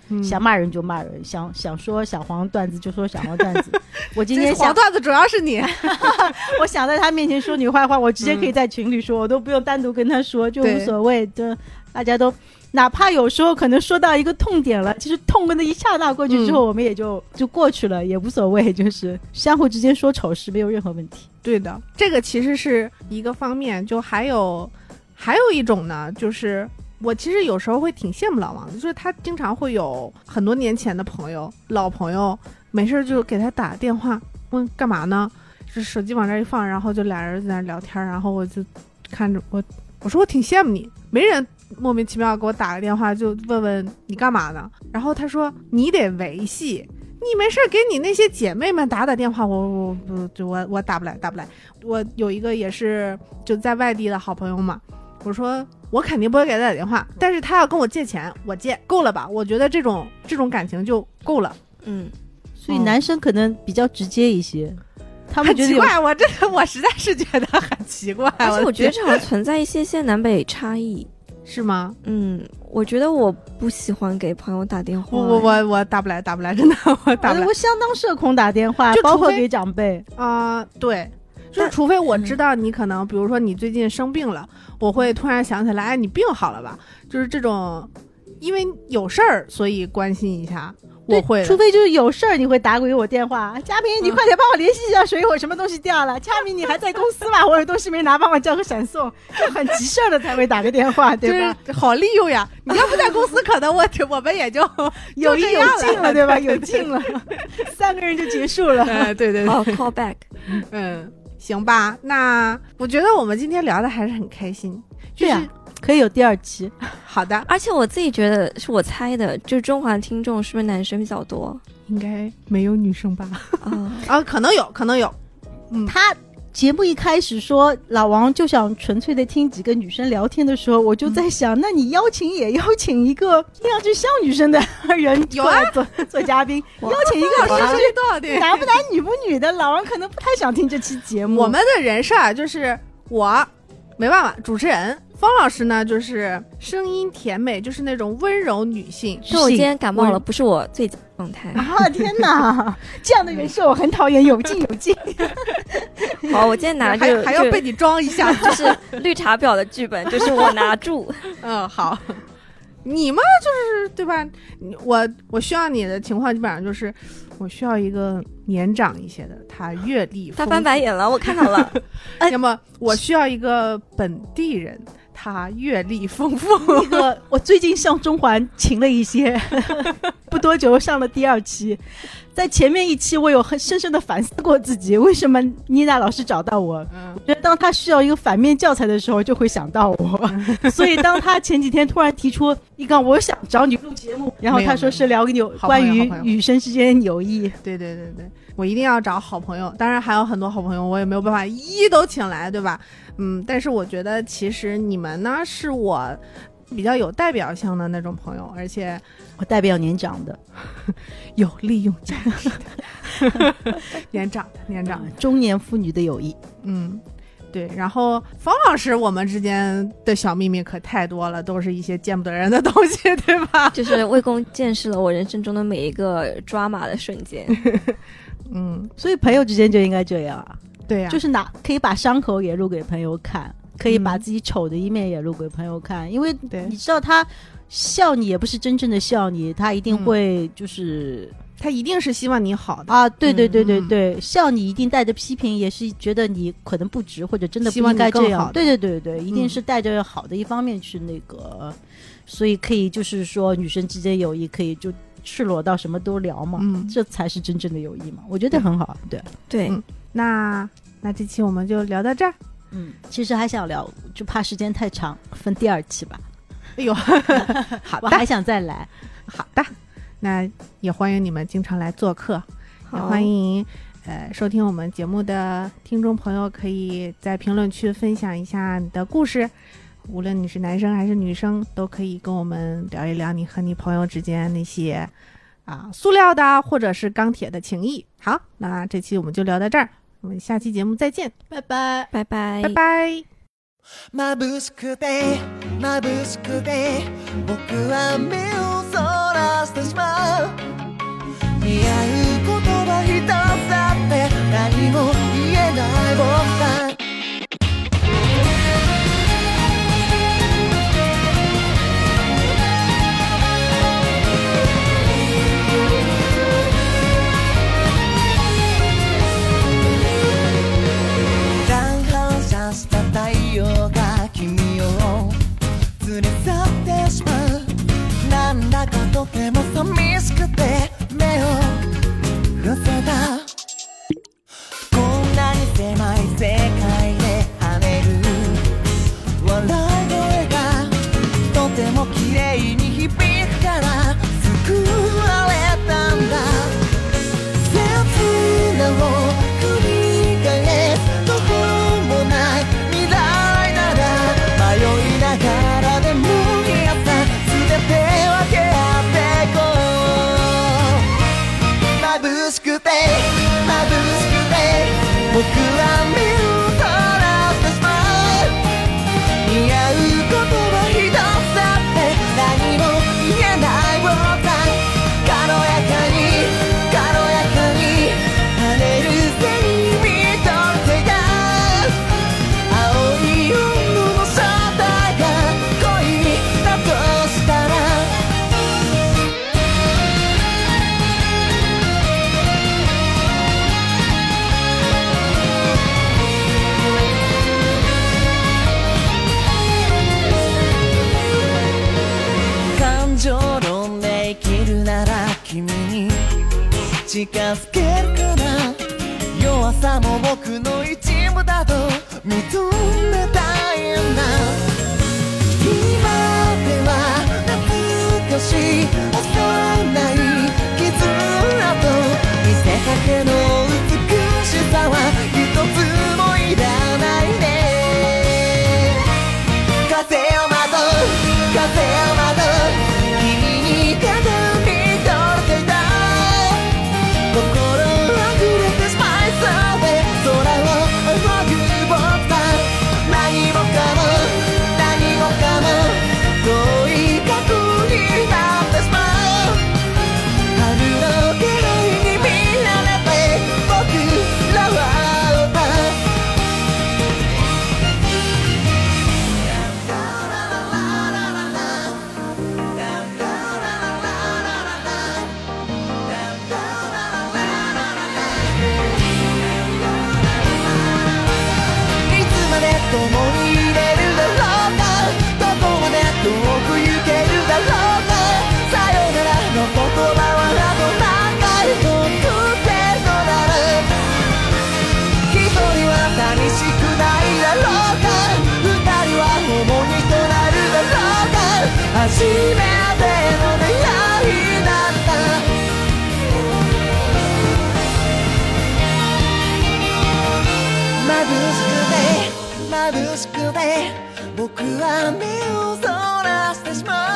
嗯、想骂人就骂人，想想说小黄段子就说小黄段子。我今天想黄段子主要是你， 我想在他面前说你坏话，我直接可以在群里说，嗯、我都不用单独跟他说，就无所谓。就大家都。哪怕有时候可能说到一个痛点了，其实痛的那一刹那过去之后，嗯、我们也就就过去了，也无所谓，就是相互之间说丑事没有任何问题。 对的，这个其实是一个方面，就还有还有一种呢，就是我其实有时候会挺羡慕老王的，就是他经常会有很多年前的朋友、老朋友，没事就给他打电话，问干嘛呢？是手机往这一放，然后就俩人在那聊天，然后我就看着我，我说我挺羡慕你，没人。莫名其妙给我打个电话就问问你干嘛呢，然后他说你得维系，你没事给你那些姐妹们打打电话，我我不就我我打不来打不来。我有一个也是就在外地的好朋友嘛，我说我肯定不会给他打电话，但是他要跟我借钱我借，够了吧，我觉得这种这种感情就够了。 嗯，所以男生可能比较直接一些，嗯、他们觉得很奇怪，我这我实在是觉得很奇怪， 而且我觉得这好像存在一些些南北差异。 是吗？ 嗯，我觉得我不喜欢给朋友打电话。 我我我打不来，打不来，真的我打不来。 我相当社恐打电话，包括给长辈啊、呃。对，就是除非我知道你可能，比如说你最近生病了，我会突然想起来，哎，你病好了吧？就是这种，因为有事儿，所以关心一下。我会， 除非就是有事儿，你会打给我电话，佳明，你快点帮我联系一下水果什么东西掉了。佳明，你还在公司吗？我有东西没拿，帮我叫个闪送。就很急事儿的才会打个电话，对吧？ 就是好利用呀！你要不在公司，可能我我们也就有一有劲了，对吧？有劲了，三个人就结束了。 哎，对对对。 好 ，call back。 嗯，行吧。那我觉得我们今天聊的还是很开心，就是。 可以有第二期。 好的， 而且我自己觉得是我猜的，就是中华听众是不是男生比较多？ 应该没有女生吧？啊啊，可能有，可能有。 嗯，他节目一开始说老王就想纯粹的听几个女生聊天的时候，我就在想，嗯、那你邀请也邀请一个听上去像女生的人有啊做做嘉宾，邀请一个说出多少点男不男女不女的，老王可能不太想听这期节目。 我们的人设就是我没办法，主持人。方老师呢，就是声音甜美，就是那种温柔女性。 是我今天感冒了，不是我最佳状态。 啊天哪，这样的人设我很讨厌，有劲有劲。 好，我今天拿着还还要被你装一下， 就是绿茶婊的剧本，就是我拿住。 嗯，好。你嘛，就是对吧？我我需要你的情况基本上就是我需要一个年长一些的，他阅历丰富。 他翻白眼了，我看到了。 那么我需要一个本地人，他阅历丰富。 那个我最近向中环请了一些，不多久上了第二期。在前面一期我有很深深的反思过自己，为什么妮娜老师找到我、嗯、我觉得当她需要一个反面教材的时候就会想到我、嗯、所以当她前几天突然提出一个我想找你录节目，然后她说是聊有关于女生之间友谊。 对对对对，我一定要找好朋友，当然还有很多好朋友我也没有办法一一都请来，对吧？嗯，但是我觉得其实你们呢是我比较有代表性的那种朋友，而且我代表年长的有利用价值的年长的年长的中年妇女的友谊。 嗯，对。然后方老师我们之间的小秘密可太多了，都是一些见不得人的东西，对吧？ 就是魏公见识了我人生中的每一个抓马的瞬间。 嗯，所以朋友之间就应该这样啊。 对呀、啊， 就是拿可以把伤口也录给朋友看，可以把自己丑的一面也录给朋友看、嗯、因为你知道他笑你也不是真正的笑你，他一定会就是、嗯、 他一定是希望你好的啊，对对对对对、嗯、笑你一定带着批评，也是觉得你可能不值或者真的不应该这样，对对对对，一定是带着好的一方面去那个、嗯、所以可以就是说女生之间友谊可以就赤裸到什么都聊嘛、嗯、这才是真正的友谊嘛，我觉得很好。对对、 嗯、那那这期我们就聊到这儿。 嗯，其实还想聊，就怕时间太长，分第二期吧。 哎呦，好的， 我还想再来。 好的，那也欢迎你们经常来做客，也欢迎呃收听我们节目的听众朋友可以在评论区分享一下你的故事，无论你是男生还是女生，都可以跟我们聊一聊你和你朋友之间那些啊塑料的或者是钢铁的情谊。好，那这期我们就聊到这儿。我们下期节目再见， 拜拜拜拜拜拜。 眩しくて眩しくて僕は目をそらしてしまとても寂しくて目を伏せたこんなに狭い世界で跳ねる笑い声がとても綺麗に響くから救われたんだ切なを繰り返す途方もない未来なら迷いながらでもいやさ全て分け合っていこう眩しくて眩しくて僕は目をそらしてしまう似合う言葉一つだって何も言えないものだ軽やかに軽やかに跳ねる線にとっていた青い温度の正体が恋だとしたら感情論で生きるなら君に近づけるかな弱さも僕の一部だと認めたいんだ今では懐かしい幼い絆と見せかけの美しさは一つもいらないね風をまとう風をまとう君にただ見とれていた心あふれてしまいそうで空を仰ぐ僕は何もかも何もかも遠い過去になってしまう春の気配に見られて僕らは歌ういつまで共にいれるだろうかどこまで遠く行けるだろうかさよならの言葉はあと何回もくってのなる一人は寂しくないだろうか二人は重荷となるだろうか初めての出会いだった眩しくて眩しくて僕は目をそらしてしまう